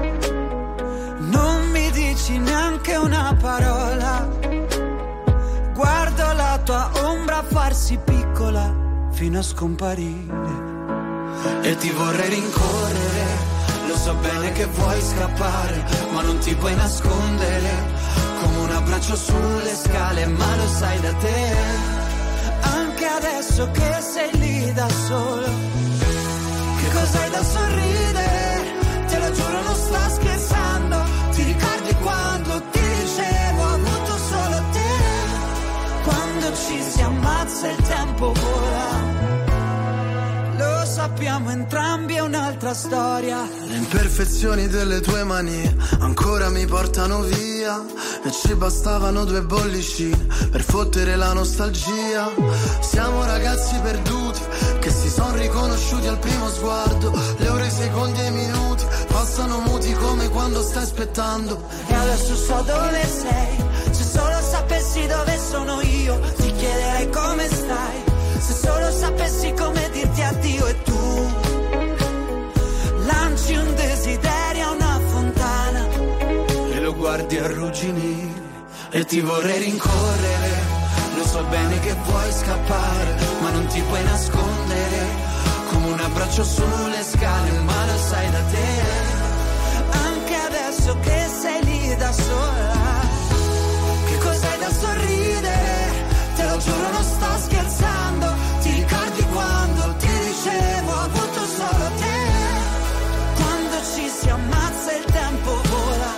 Non mi dici neanche una parola, guardo la tua ombra farsi piccola fino a scomparire. E ti vorrei rincorrere, lo so bene che vuoi scappare, ma non ti puoi nascondere, come un abbraccio sulle scale, ma lo sai da te. Anche adesso che sei lì da solo, Che cos'hai da sorridere? Te lo giuro non sto scherzando. Ti ricordi quando ti dicevo ho avuto solo te? tempo vola. Lo sappiamo entrambi, è un'altra storia. Le imperfezioni delle tue manie ancora mi portano via, e ci bastavano due bollicine per fottere la nostalgia. Siamo ragazzi perduti che si son riconosciuti al primo sguardo. Le ore, i secondi e i minuti passano muti come quando stai aspettando. E adesso so dove sei, se solo sapessi dove sono io ti chiederei come stai. Se solo sapessi come dirti addio e tu lanci un desiderio a una fontana e lo guardi arrugginire e ti vorrei rincorrere. Lo so bene che vuoi scappare, ma non ti puoi nascondere, come un abbraccio sulle scale, ma lo sai da te. Anche adesso che sei lì da sola, che cos'hai da sorridere? Te lo giuro, non sto scherzando. Ti ricordi quando ti dicevo ho avuto solo te? Quando ci si ammazza il tempo vola.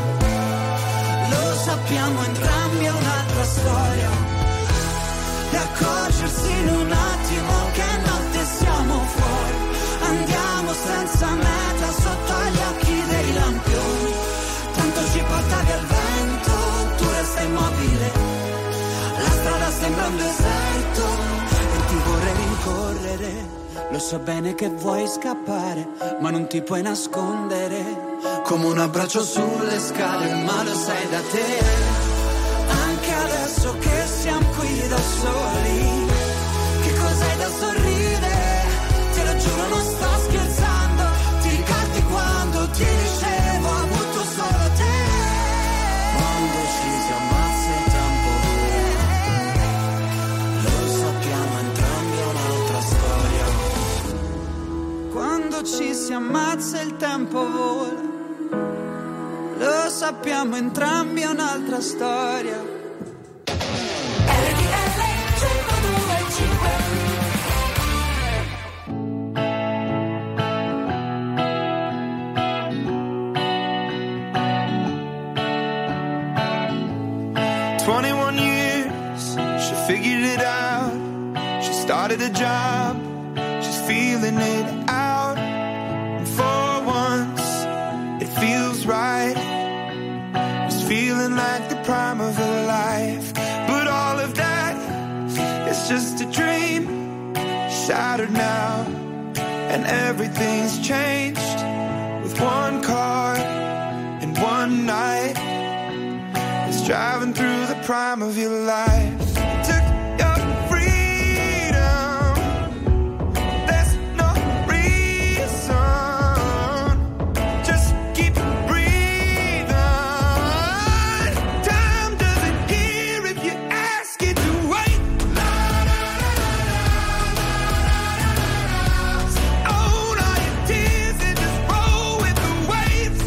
Lo sappiamo entrambi, è un'altra storia. E accorgersi in un attimo che notte siamo fuori. Andiamo senza meta sotto gli occhi dei lampioni. Tanto ci portavi al vento, tu resta immobile. La strada sembra un deserto e ti vorrei rincorrere. Lo so bene che vuoi scappare, ma non ti puoi nascondere, come un abbraccio sulle scale, ma lo sai da te. Anche adesso che siamo qui da soli, che cos'hai da sorridere? Te lo giuro, non sto scherzando. Ti ricordi quando ti dicevo ho avuto solo te? Quando ci si ammazza il tempo vola. Lo sappiamo entrambi, è un'altra storia. Quando ci si ammazza il tempo vola. Lo sappiamo entrambi, è un'altra storia. twenty-one years, she figured it out. She started a job, she's feeling it out. And for once, it feels right. It's feeling like the prime of her life. But all of that is just a dream, shattered now. And everything's changed with one car and one night. It's driving through the prime of your life. Took your freedom, there's no reason. Just keep breathing. Time doesn't care if you ask it to wait. Own all your tears and just roll with the waves.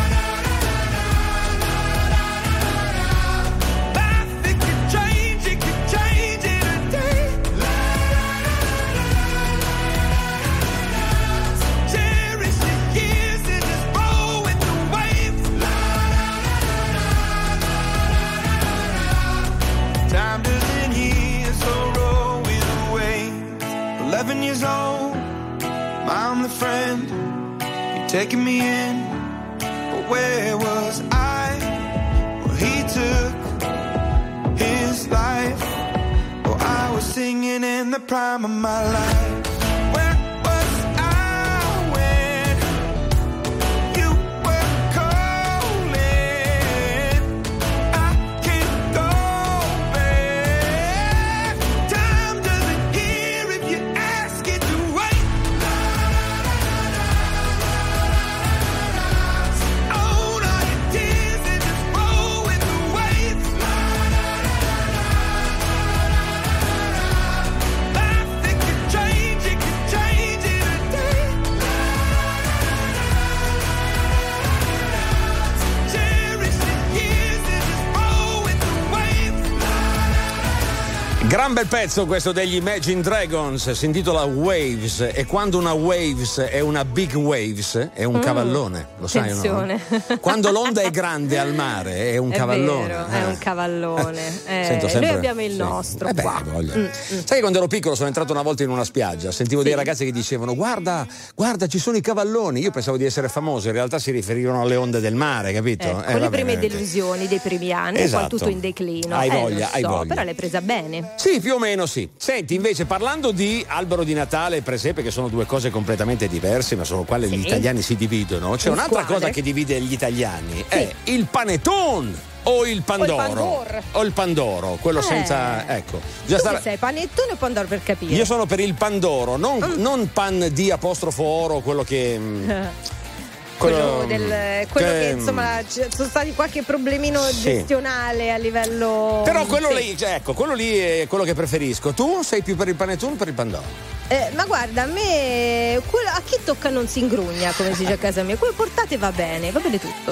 Time doesn't heal, so roll with the wave. Eleven years old, I'm the friend. You're taking me in, but where was I? Well, he took his life. Oh, I was singing in the prime of my life. Change it. Gran bel pezzo questo degli Imagine Dragons, si intitola Waves, e quando una waves è una big waves è un mm. cavallone, lo sai, attenzione. No? Quando l'onda è grande al mare è un è cavallone. Vero, eh. è un cavallone. Eh, Sento sempre, noi abbiamo il sì. nostro eh beh, qua. voglia. Mm, mm. Sai che quando ero piccolo sono entrato una volta in una spiaggia, sentivo sì. dei ragazzi che dicevano guarda, guarda ci sono i cavalloni, io pensavo di essere famoso, in realtà si riferivano alle onde del mare, capito? Ecco, eh, le vabbè, prime eh, delusioni dei primi anni, esatto. poi tutto in declino. Hai eh, voglia, lo hai so, voglia. Però l'hai presa bene. Sì, più o meno sì. Senti, invece, parlando di albero di Natale e presepe, che sono due cose completamente diverse, ma sono quali sì. gli italiani si dividono, c'è In un'altra squadre. cosa che divide gli italiani, sì. è il panettone o il pandoro. O il pandor. O il pandoro, quello eh. senza, ecco. Già tu stare... sei panettone o pandoro per capire? Io sono per il pandoro, non, mm. non pan di apostrofo oro, quello che... Quello, del, quello che, che insomma ci sono stati qualche problemino sì. gestionale a livello. Però quello sì. lì, cioè, ecco, quello lì è quello che preferisco. Tu sei più per il panettone o per il pandoro? Eh, ma guarda, a me quello, a chi tocca non si ingrugna, come si dice a casa mia. Quello portate va bene, va bene tutto.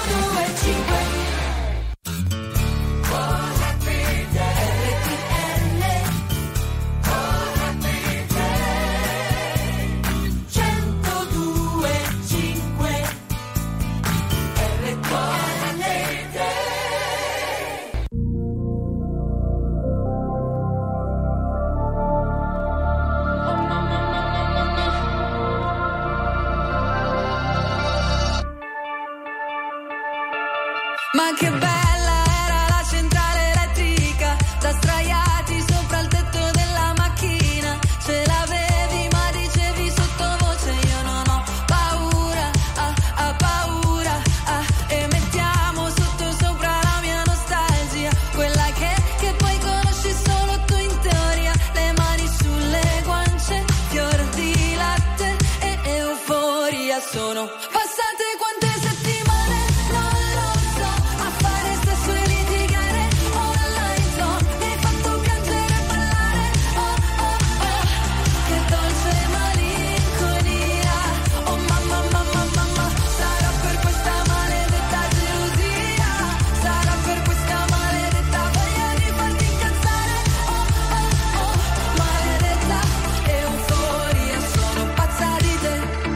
Ma che bella era la centrale elettrica, da sdraiati sopra il tetto della macchina. Ce l'avevi ma dicevi sottovoce io non ho paura, ah, ah, paura, ah. E mettiamo sotto sopra la mia nostalgia, quella che, che poi conosci solo tu in teoria. Le mani sulle guance, fior di latte e euforia. Sono passate quante settimane, non lo so, a fare sesso e litigare online zone. Mi hai fatto piangere e ballare, oh oh oh, che dolce malinconia. Oh mamma mamma mamma, sarà per questa maledetta gelosia, sarà per questa maledetta voglia di farti incazzare, oh oh oh, maledetta euforia. Sono pazza di te,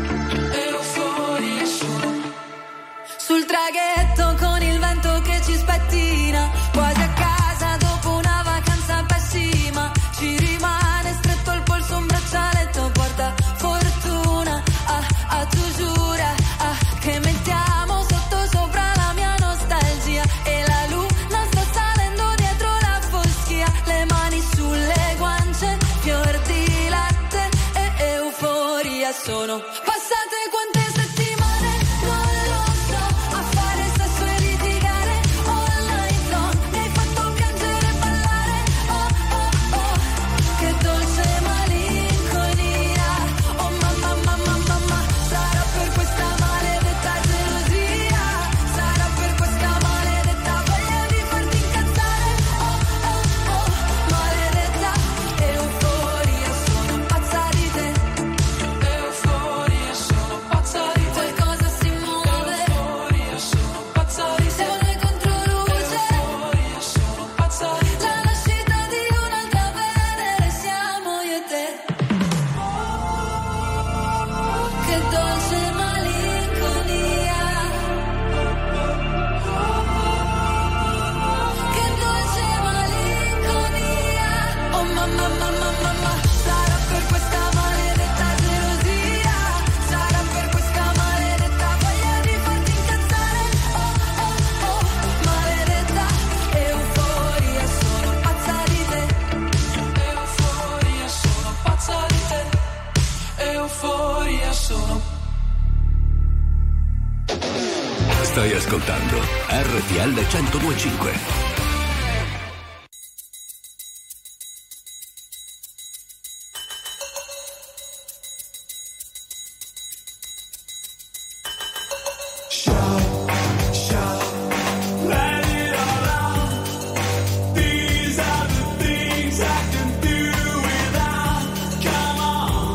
euforia sono. Sul traghetto con il vento che ci spettina, quasi a casa dopo una vacanza pessima. Ci rimane stretto al polso un braccialetto porta fortuna, ah ah tu giura, ah che mettiamo sotto sopra la mia nostalgia. E la luna sta salendo dietro la foschia, le mani sulle guance, fior di latte e euforia. Sono passate quante settimane, non lo so, a fare sesso e litigare online zone. Mi hai fatto piangere e ballare, oh oh oh, che dolce malinconia. Oh mamma mamma mamma, sarà per questa maledetta gelosia, sarà per questa maledetta voglia di farti incazzare, oh oh oh, maledetta euforia. Sono pazza di te, euforia, sono pazza di te. Qualcosa si muove, euforia, sono pazza di te. Sole contro luce, euforia, sono pazza di te. La nascita di un'altra Venere siamo io e te. Che dolce malinconia, che dolce malinconia. Oh mamma mamma mamma, sarà per questa maledetta gelosia, sarà per questa maledetta voglia di farti incazzare, oh oh oh, maledetta euforia. Sono pazza di te, euforia, sono pazza di te, euforia sono. Stai ascoltando R T L centodue e cinque. Let it all out. These are the things I can do without. Come on,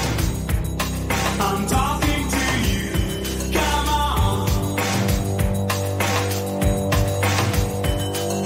I'm talking to you. Come on.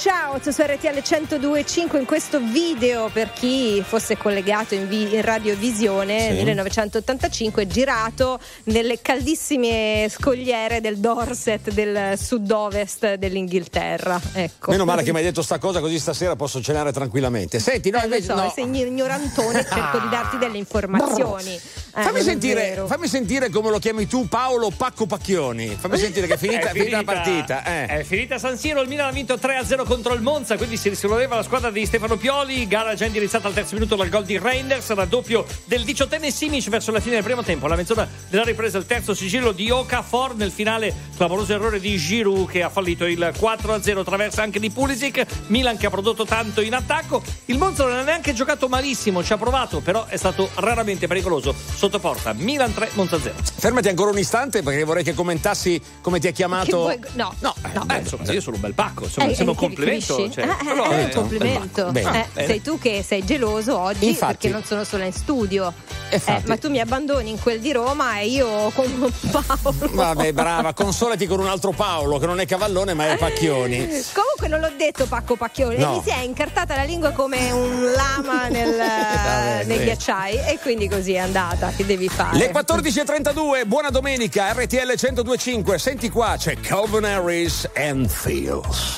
Shout su R T L centodue e cinque. In questo video, per chi fosse collegato in, vi- in radiovisione, sì. millenovecentottantacinque, girato nelle caldissime scogliere del Dorset, del sud-ovest dell'Inghilterra. Ecco. Meno male che mi hai detto sta cosa, così stasera posso cenare tranquillamente. Senti, no, eh, invece so, no. sei ignorantone, cerco di darti delle informazioni. Eh, fammi, sentire, fammi sentire come lo chiami tu, Paolo Pacco Pacchioni. Fammi sentire che è finita, è finita, finita la partita. Eh. È finita San Siro, il Milan ha vinto tre a zero contro il Monza, quindi si risolveva la squadra di Stefano Pioli. Gara già indirizzata al terzo minuto dal gol di Reinders, raddoppio del diciottenne Simic verso la fine del primo tempo. La mezz'ora della ripresa, il terzo sigillo di Okafor. Nel finale clamoroso errore di Giroud che ha fallito il quattro a zero, traversa anche di Pulisic. Milan che ha prodotto tanto in attacco. Il Monza non ha neanche giocato malissimo, ci ha provato, però è stato raramente pericoloso sotto porta. Milan tre, Monza zero. Fermati ancora un istante perché vorrei che commentassi come ti ha chiamato. Vuoi... No, no, no. Eh, insomma, io sono un bel pacco, insomma, eh, sembra eh, un complimento. Cioè, eh, però, eh, eh, un complimento. Bene, eh, sei tu che sei geloso oggi. Infatti. Perché non sono sola in studio. Eh, ma tu mi abbandoni in quel di Roma e io con Paolo. Vabbè, brava, consolati con un altro Paolo che non è Cavallone ma è Pacchioni. Comunque non l'ho detto Pacco Pacchioni, no. E mi si è incartata la lingua come un lama nel, Vabbè, nei ghiacciai e quindi così è andata. Che devi fare? Le quattordici e trentadue, buona domenica, R T L centodue e cinque. Senti qua, c'è Calvin Harris and Feels.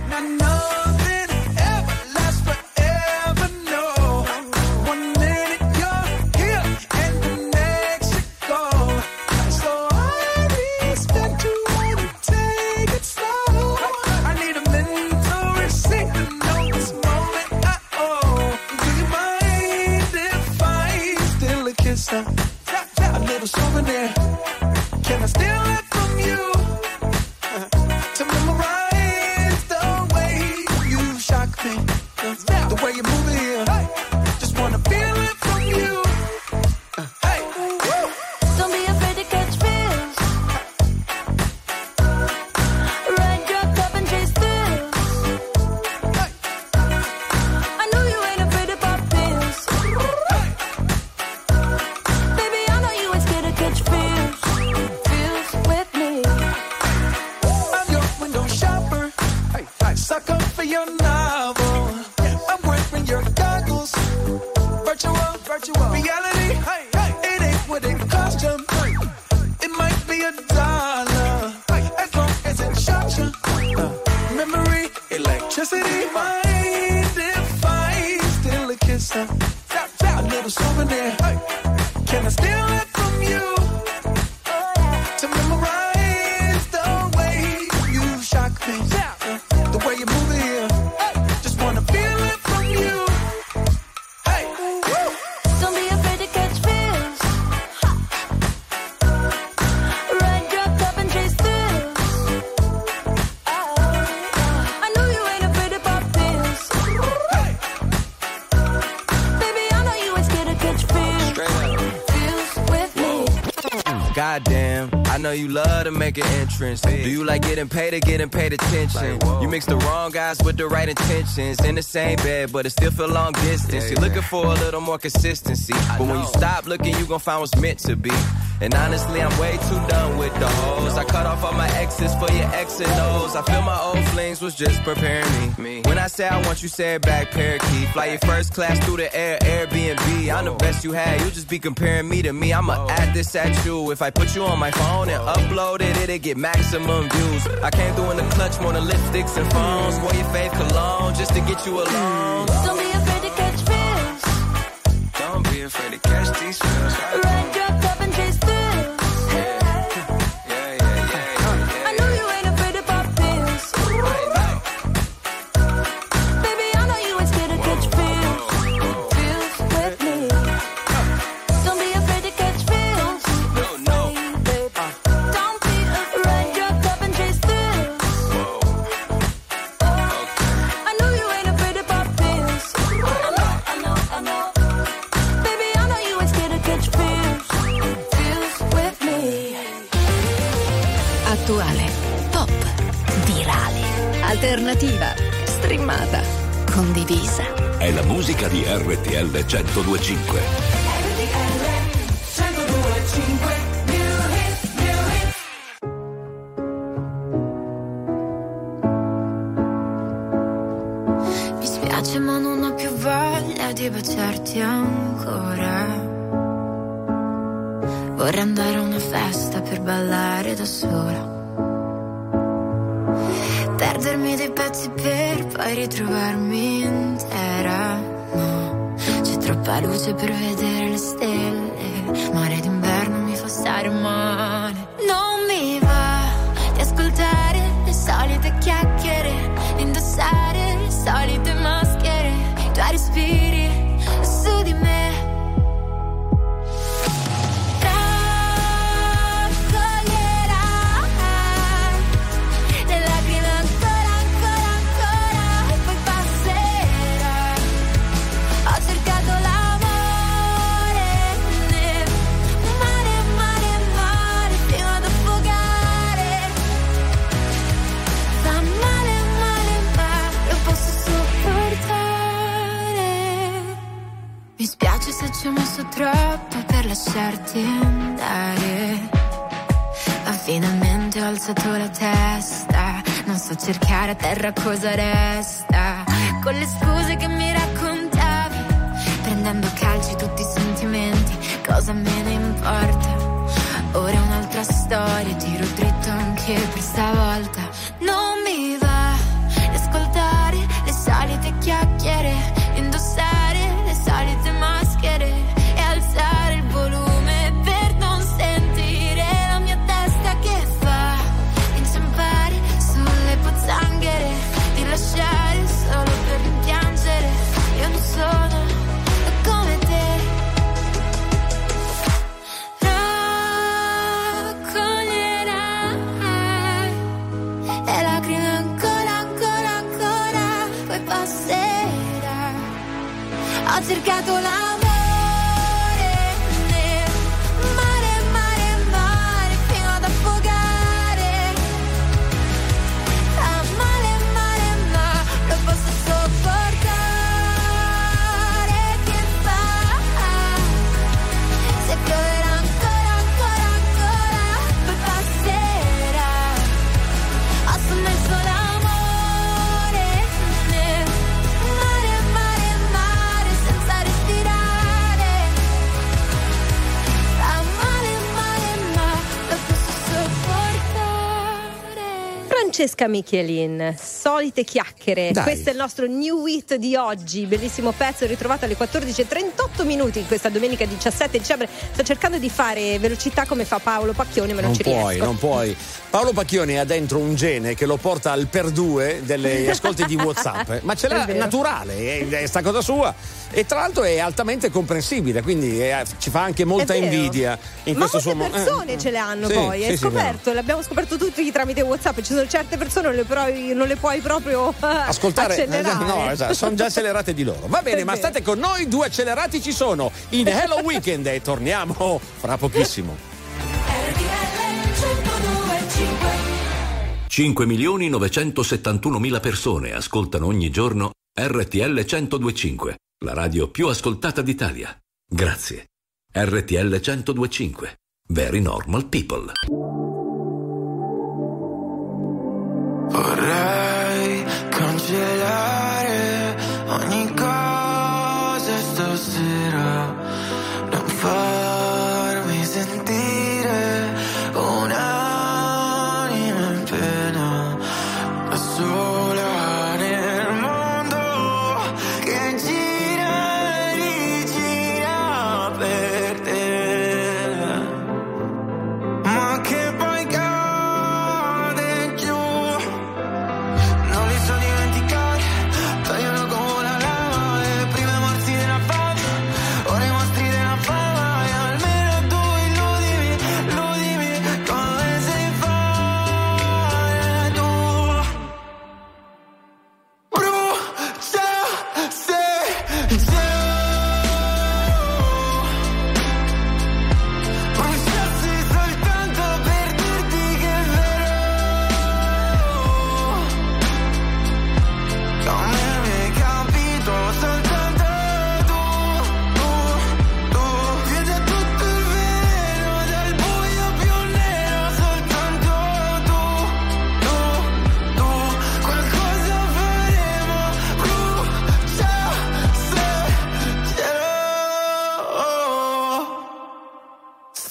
A little souvenir. Can I steal it from you? Uh, to memorize the way you shock me, uh, the way you move it here. Hey. Just wanna feel it from you. Uh, hey. Don't be afraid to catch feels. Ride your cup and chase thrills. Hey. I know you ain't afraid to pop pills. Hey. Baby, I know you ain't scared to catch feels. Feels with me. I'm your window shopper. Hey, I suck up for your novel. I'm wearing your goggles. Virtual, virtual reality. Hey, hey, it ain't what it cost you. It might be a dollar, as long as it shocks you. Uh, memory, electricity, mind if I steal a kiss? Uh, a little souvenir. Hey, can I steal it from you? To memorize the way you shock me, uh, the way you move it here. Just wanna feel it from you. Hey, woo. Don't be afraid to catch feels. Ride your cup and chase thrills. I know you ain't afraid to pop pills. Baby, I know you ain't scared to catch feels. Feels with me. Goddamn, I know you love to make an entrance. Do you like getting paid or getting paid attention? You mix the wrong guys with the right intentions. In the same bed, but it still feel long distance. You're looking for a little more consistency. But when you stop looking, you gon' find what's meant to be. And honestly, I'm way too done with the hoes. I cut off all my exes for your X and O's. I feel my old flings was just preparing me. When I say I want you, say it back, parakeet. Fly your first class through the air, Airbnb. I'm the best you had, you just be comparing me to me. I'ma add this at you. If I put you on my phone and upload it, it'll get maximum views. I came through in the clutch more than lipsticks and phones. Wore your fave cologne just to get you alone. Don't be afraid to catch feels. Don't be afraid to catch these feels. Ride your cup and chase thrills. I know you ain't afraid to pop pills. Baby, I know you ain't scared to catch feels. Feels with me. Don't be afraid to catch feels. No, no. Don't be afraid. Ride your cup and chase thrills. I know you ain't afraid to pop pills. I know, I know, I know. Baby, I know you ain't scared to catch feels. Feels with me. Attuale, pop, virale, alternativa, streamata, condivisa. È la musica di R T L centodue e cinque. vederti ancora. Vorrei andare a una festa per ballare da sola, perdermi dei pezzi per poi ritrovarmi intera. No, c'è troppa luce per vedere le stelle, mare d'inverno mi fa stare male. Non mi va di ascoltare le solite chiacchiere, indossare le solite maschere, i tuoi respiri su di me. Mi spiace se ci ho messo troppo per lasciarti andare, ma finalmente ho alzato la testa. Non so cercare a terra cosa resta, con le scuse che mi raccontavi, prendendo a calci tutti i sentimenti. Cosa me ne importa? Ora è un'altra storia, tiro dritto anche per stavolta. Non mi va di ascoltare le solite chiacchiere, indossare le solite maschere e alzare il volume per non sentire la mia testa che fa inciampare sulle pozzanghere, di lasciare solo per rimpiangere. Io non sono come te. Raccoglierai le lacrime ancora, ancora, ancora, poi passerà. Ho cercato l'amore nel mare, mare, mare, fino ad affogare. Fa male, male, ma lo posso sopportare. Che fa? Se pioverà ancora, ancora, ancora, poi passerà. Ho sommerso l'amore nel mare, mare, mare, senza respirare. Fa male, male, ma lo posso sopportare. Francesca Michelin, solite chiacchiere. Dai. Questo è il nostro new hit di oggi, bellissimo pezzo ritrovato alle quattordici e trentotto minuti in questa domenica diciassette dicembre. Sto cercando di fare velocità come fa Paolo Pacchioni, ma non, Non ci puoi, riesco. non puoi. Paolo Pacchioni ha dentro un gene che lo porta al per due delle ascolti di WhatsApp, ma ce l'ha È vero. naturale, è, è sta cosa sua. E tra l'altro è altamente comprensibile, quindi è- ci fa anche molta È vero. invidia in Ma questo suo molte mo- persone eh. ce le hanno Sì, poi, sì, hai sì, scoperto, l'abbiamo scoperto tutti tramite WhatsApp. Ci sono certe persone non le, puoi, non le puoi proprio Ascoltare, accelerare. no, esatto, sono già accelerate di loro. Va bene, È ma vero. state con noi, due accelerati ci sono in Hello Weekend e torniamo fra pochissimo. cinque milioni novecentosettantunomila persone ascoltano ogni giorno R T L centodue e cinque, la radio più ascoltata d'Italia. Grazie. R T L centodue e cinque. Very normal people. Vorrei cancellare ogni cosa stasera, non farmi sentire un'anima in pena, da sola nel mondo che gira e rigira per te, ma che poi cade giù. Non li so dimenticare, tagliano come una lama.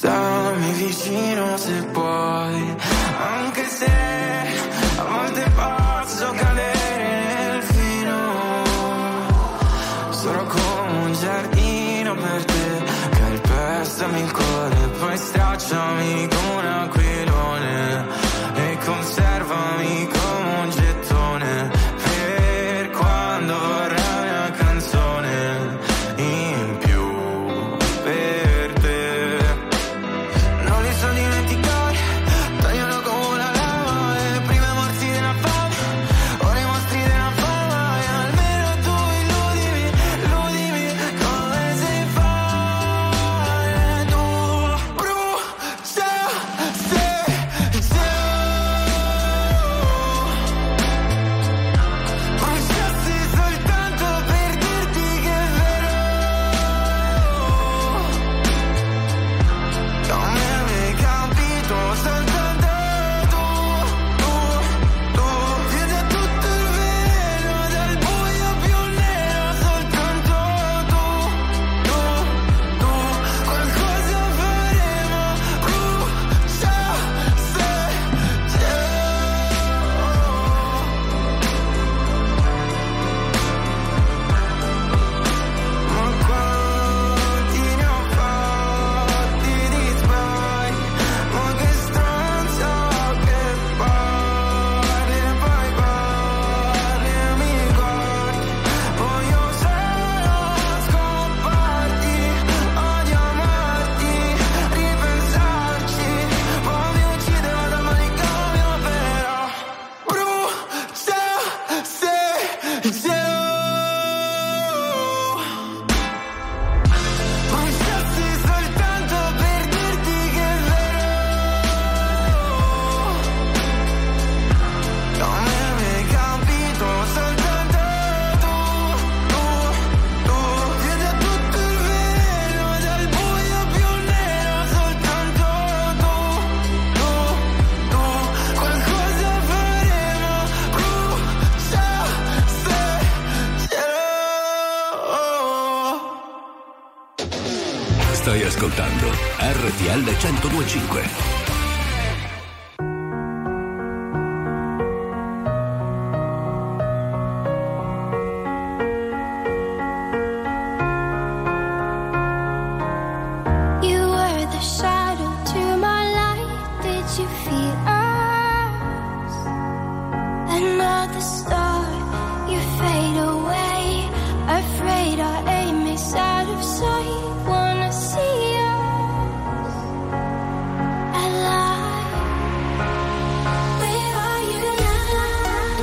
Stammi vicino se puoi, anche se a volte posso cadere nel fino. Sono come un giardino per te, calpestami il cuore, poi stracciami come un aquilone e conservami come un gettone per quando vorrai una canzone in più per te. Non li so dimenticare, tagliano come una lama e prima morsi della fame, ora i mostri della fama e almeno tu illudimi, illudimi come si fa. Tu brucia se bruciassi soltanto per dirti che è vero, non mi avevi capito soltanto tu, tu, tu, chiedi a tutto il velo dal buio più nero, soltanto tu, tu, tu, qualcosa faremo, brucia se ma quanti ne ho fatti di sbagli, ma che stronza che parli e poi parli e mi guardi, voglio solo scopparti, odio amarti, ripensarci, poi mi uccide vado al manicomio però brucia se il cielo. Bruciassi soltanto per dirti che è vero, non mi avevi capito soltanto tu, tu, tu, chiedi a tutto il velo dal buio più nero, soltanto tu, tu, tu, qualcosa faremo, brucia se cielo. Stai ascoltando R T L centodue e cinque. You were the shadow to my light. Did you feel us? Another star, you fade away. Afraid our aim is out of sight. Wanna see us alive. Where are you now?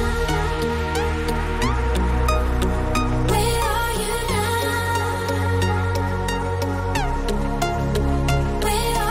Where are you now? Where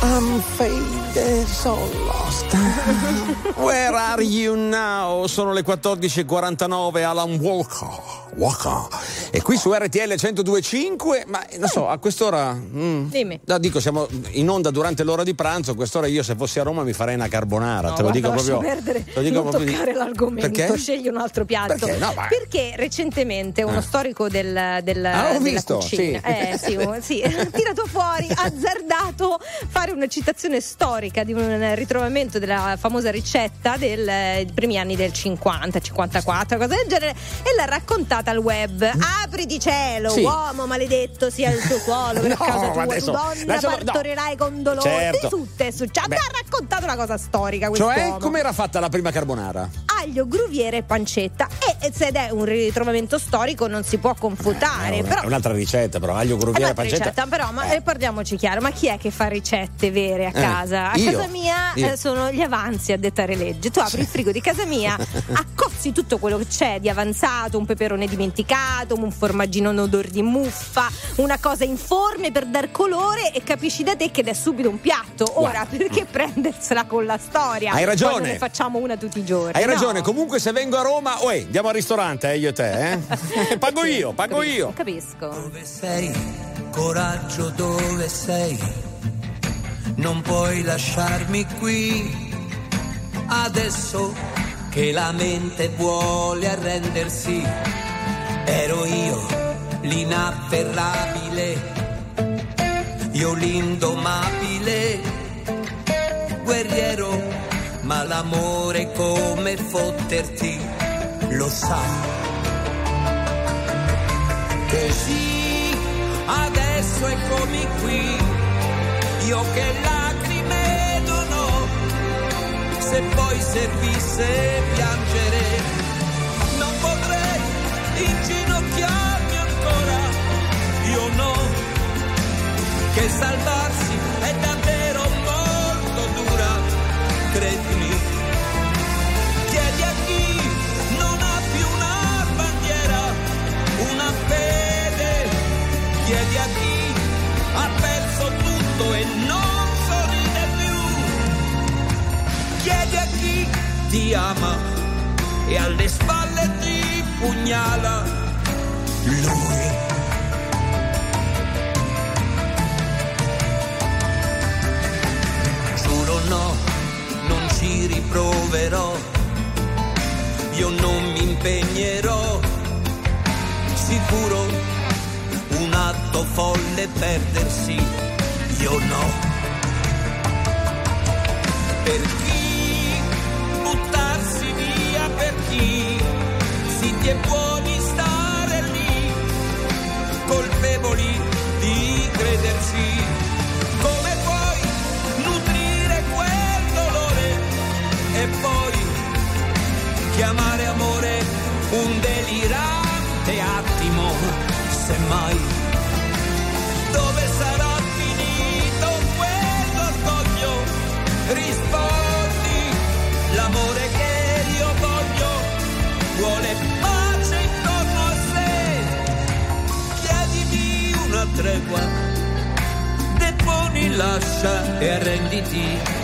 I'm faded, so lost. Where are you now? Sono le quattordici e quarantanove. Alan Walker. Walker. E qui su R T L centodue e cinque, ma non so, a quest'ora. Mm, Dimmi. No, dico, siamo in onda durante l'ora di pranzo. A quest'ora io, se fossi a Roma, mi farei una carbonara. No, te lo guarda, dico proprio. perdere, Te lo dico non proprio toccare di... l'argomento. Perché? Scegli un altro piatto. Perché? No, ma... Perché recentemente uno Eh. storico del, del, Ah, ho della visto, cucina, sì. eh, sì, sì, ha tirato fuori, ha azzardato fare una citazione storica di un ritrovamento della famosa ricetta del, dei primi anni del cinquanta, cinquantaquattro, cosa del genere, e l'ha raccontata al web. Apri di cielo, Sì. uomo maledetto sia il tuo suolo per No, causa ma tua, adesso- tu donna adesso- no. partorirai con dolore. Certo. Di tutto è successo. Beh. Ha raccontato una cosa storica Cioè, quest'uomo. come era fatta la prima carbonara? Aglio, gruviere e pancetta, e ed è un ritrovamento storico, non si può confutare. È una- però è un'altra ricetta, però aglio, è gruviere e un'altra pancetta. ricetta, però ma, Eh. eh, parliamoci chiaro, ma chi è che fa ricette vere a Eh, casa? A io. casa mia Io. eh, sono gli avanzi a dettare legge. Tu apri il frigo di casa mia, accozzi tutto quello che c'è di avanzato, un peperone dimenticato, un formaggino in odore di muffa, una cosa informe per dar colore, e capisci da te che è subito un piatto. Ora, Guarda. perché prendersela con la storia? Hai ragione. Poi non ne facciamo una tutti i giorni. Hai no? ragione, comunque se vengo a Roma, uè, andiamo al ristorante, eh, io e te, eh? Pago io, pago io. Capisco. Dove sei? Coraggio, dove sei? Non puoi lasciarmi qui. Adesso che la mente vuole arrendersi, ero io l'inafferrabile, io l'indomabile, guerriero, ma l'amore come fotterti lo sa. Che sì, adesso eccomi qui, io che lacrime dono, se poi servisse piangere, non potrei inginocchiarmi ancora, io no, che salvarsi è davvero molto dura, credimi. Chiedi a chi non ha più una bandiera, una fede, chiedi a chi ha perso tutto e non sorride più, chiedi a chi ti ama e alle spalle ti pugnala lui. Giuro no, non ci riproverò, io non mi impegnerò, sicuro un atto folle perdersi, io no. Per chi buttarsi via, per chi zitti e buoni stare lì, colpevoli di credersi, come puoi nutrire quel dolore e poi chiamare amore un delirante attimo, semmai. Dove sarà finito quell'orgoglio? Rispondi, l'amore che io voglio vuole pace intorno a sé. Chiedimi una tregua, deponi, lascia e arrenditi.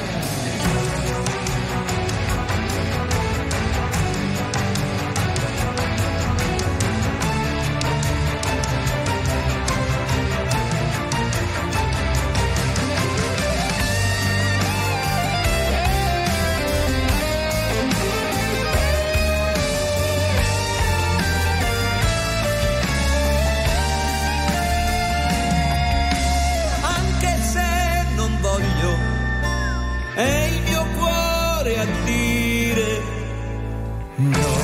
Anche se non voglio, è il mio cuore a dire no.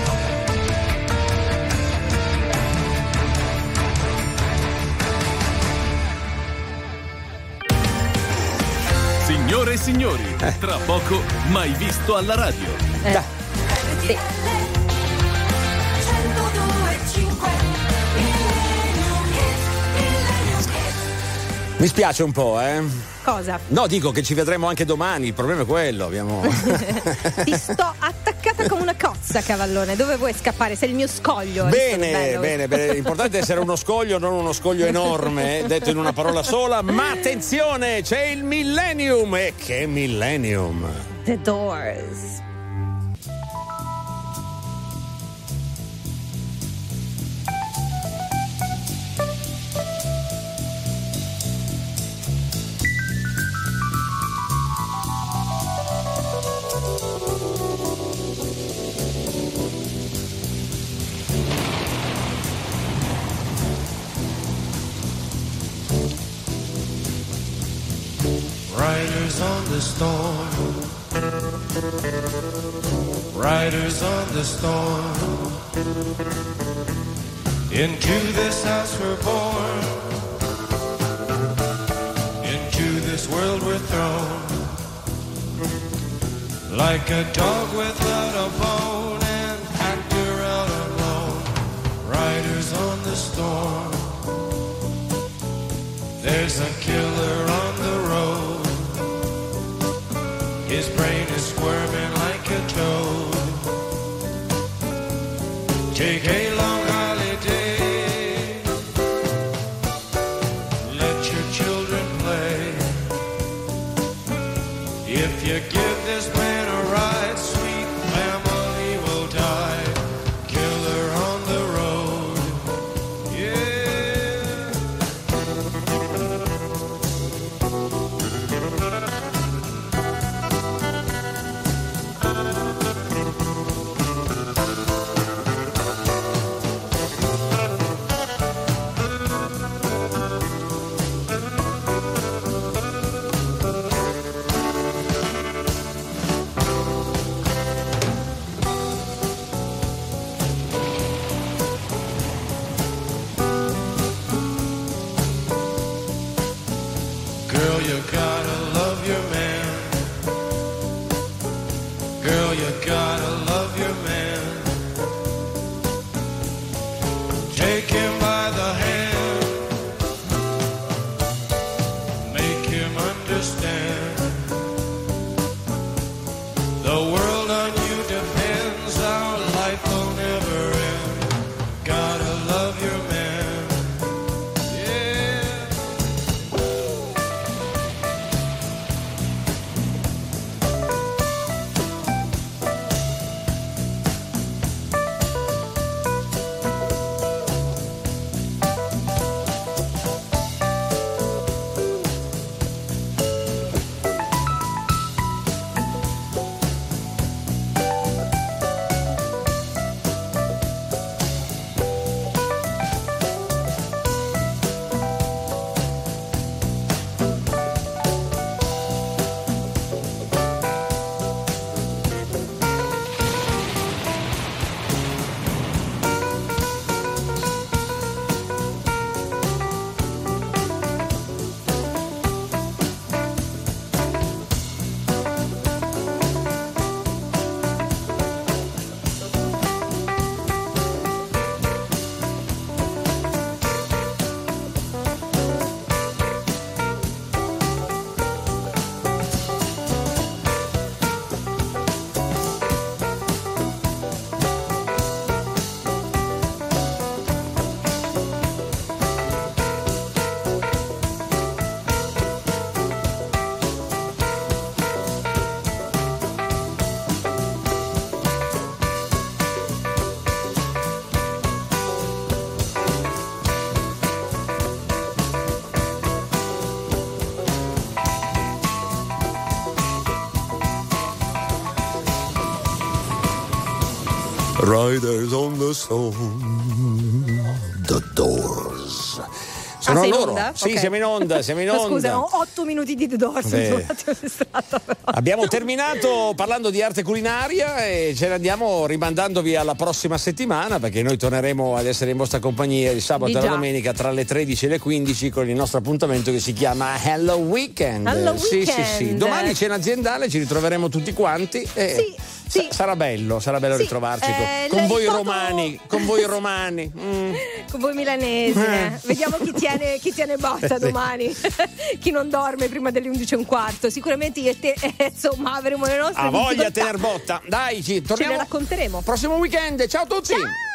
Signore e signori, tra poco mai visto alla radio. Eh. Sì. Mi spiace un po', eh? Cosa? No, dico che ci vedremo anche domani, il problema è quello, abbiamo... Ti sto attaccata come una cozza. Forza Cavallone, dove vuoi scappare? Sei il mio scoglio. Bene, bello. bene, bene. L'importante è essere uno scoglio, non uno scoglio enorme, detto in una parola sola. Ma attenzione, c'è il Millennium. E che Millennium? The Doors. Riders on the storm, riders on the storm. Into this house we're born, into this world we're thrown. Like a dog without a bone, an actor out alone. Riders on the storm. There's a killer on the road. His brain is squirming like a toad. Take a long holiday. Let your children play. If you give this man a ride, sweet family will die. Killer on the road. Yeah. Girl, you gotta love your man. Girl, you gotta love your man. Take him by the hand. Make him understand. The world on you depends. Our life will never end. Gotta love your man. Riders on the Storm, The Doors. Sono ah, sei loro. in onda? Sì, okay. siamo in onda, siamo in onda. Scusa, ho otto minuti di The Doors. Beh, abbiamo terminato parlando di arte culinaria e ce ne andiamo rimandandovi alla prossima settimana, perché noi torneremo ad essere in vostra compagnia il sabato e la domenica tra le tredici e le quindici con il nostro appuntamento che si chiama Hello Weekend. Hello sì, Weekend. sì, sì. Domani cena aziendale, ci ritroveremo tutti quanti e sì. Sì. Sa- sarà bello, sarà bello sì. ritrovarci eh, con, con voi foto... romani, con voi romani. Mm. Con voi milanesi. Eh. Vediamo chi tiene tiene, chi tiene botta Sì. domani? Chi non dorme prima delle undici e un quarto? Sicuramente io e te, eh, insomma, avremo le nostre Ha voglia a difficoltà. tener botta. Dai, ci Ce torniamo. le racconteremo. Prossimo weekend. Ciao a tutti. Ciao!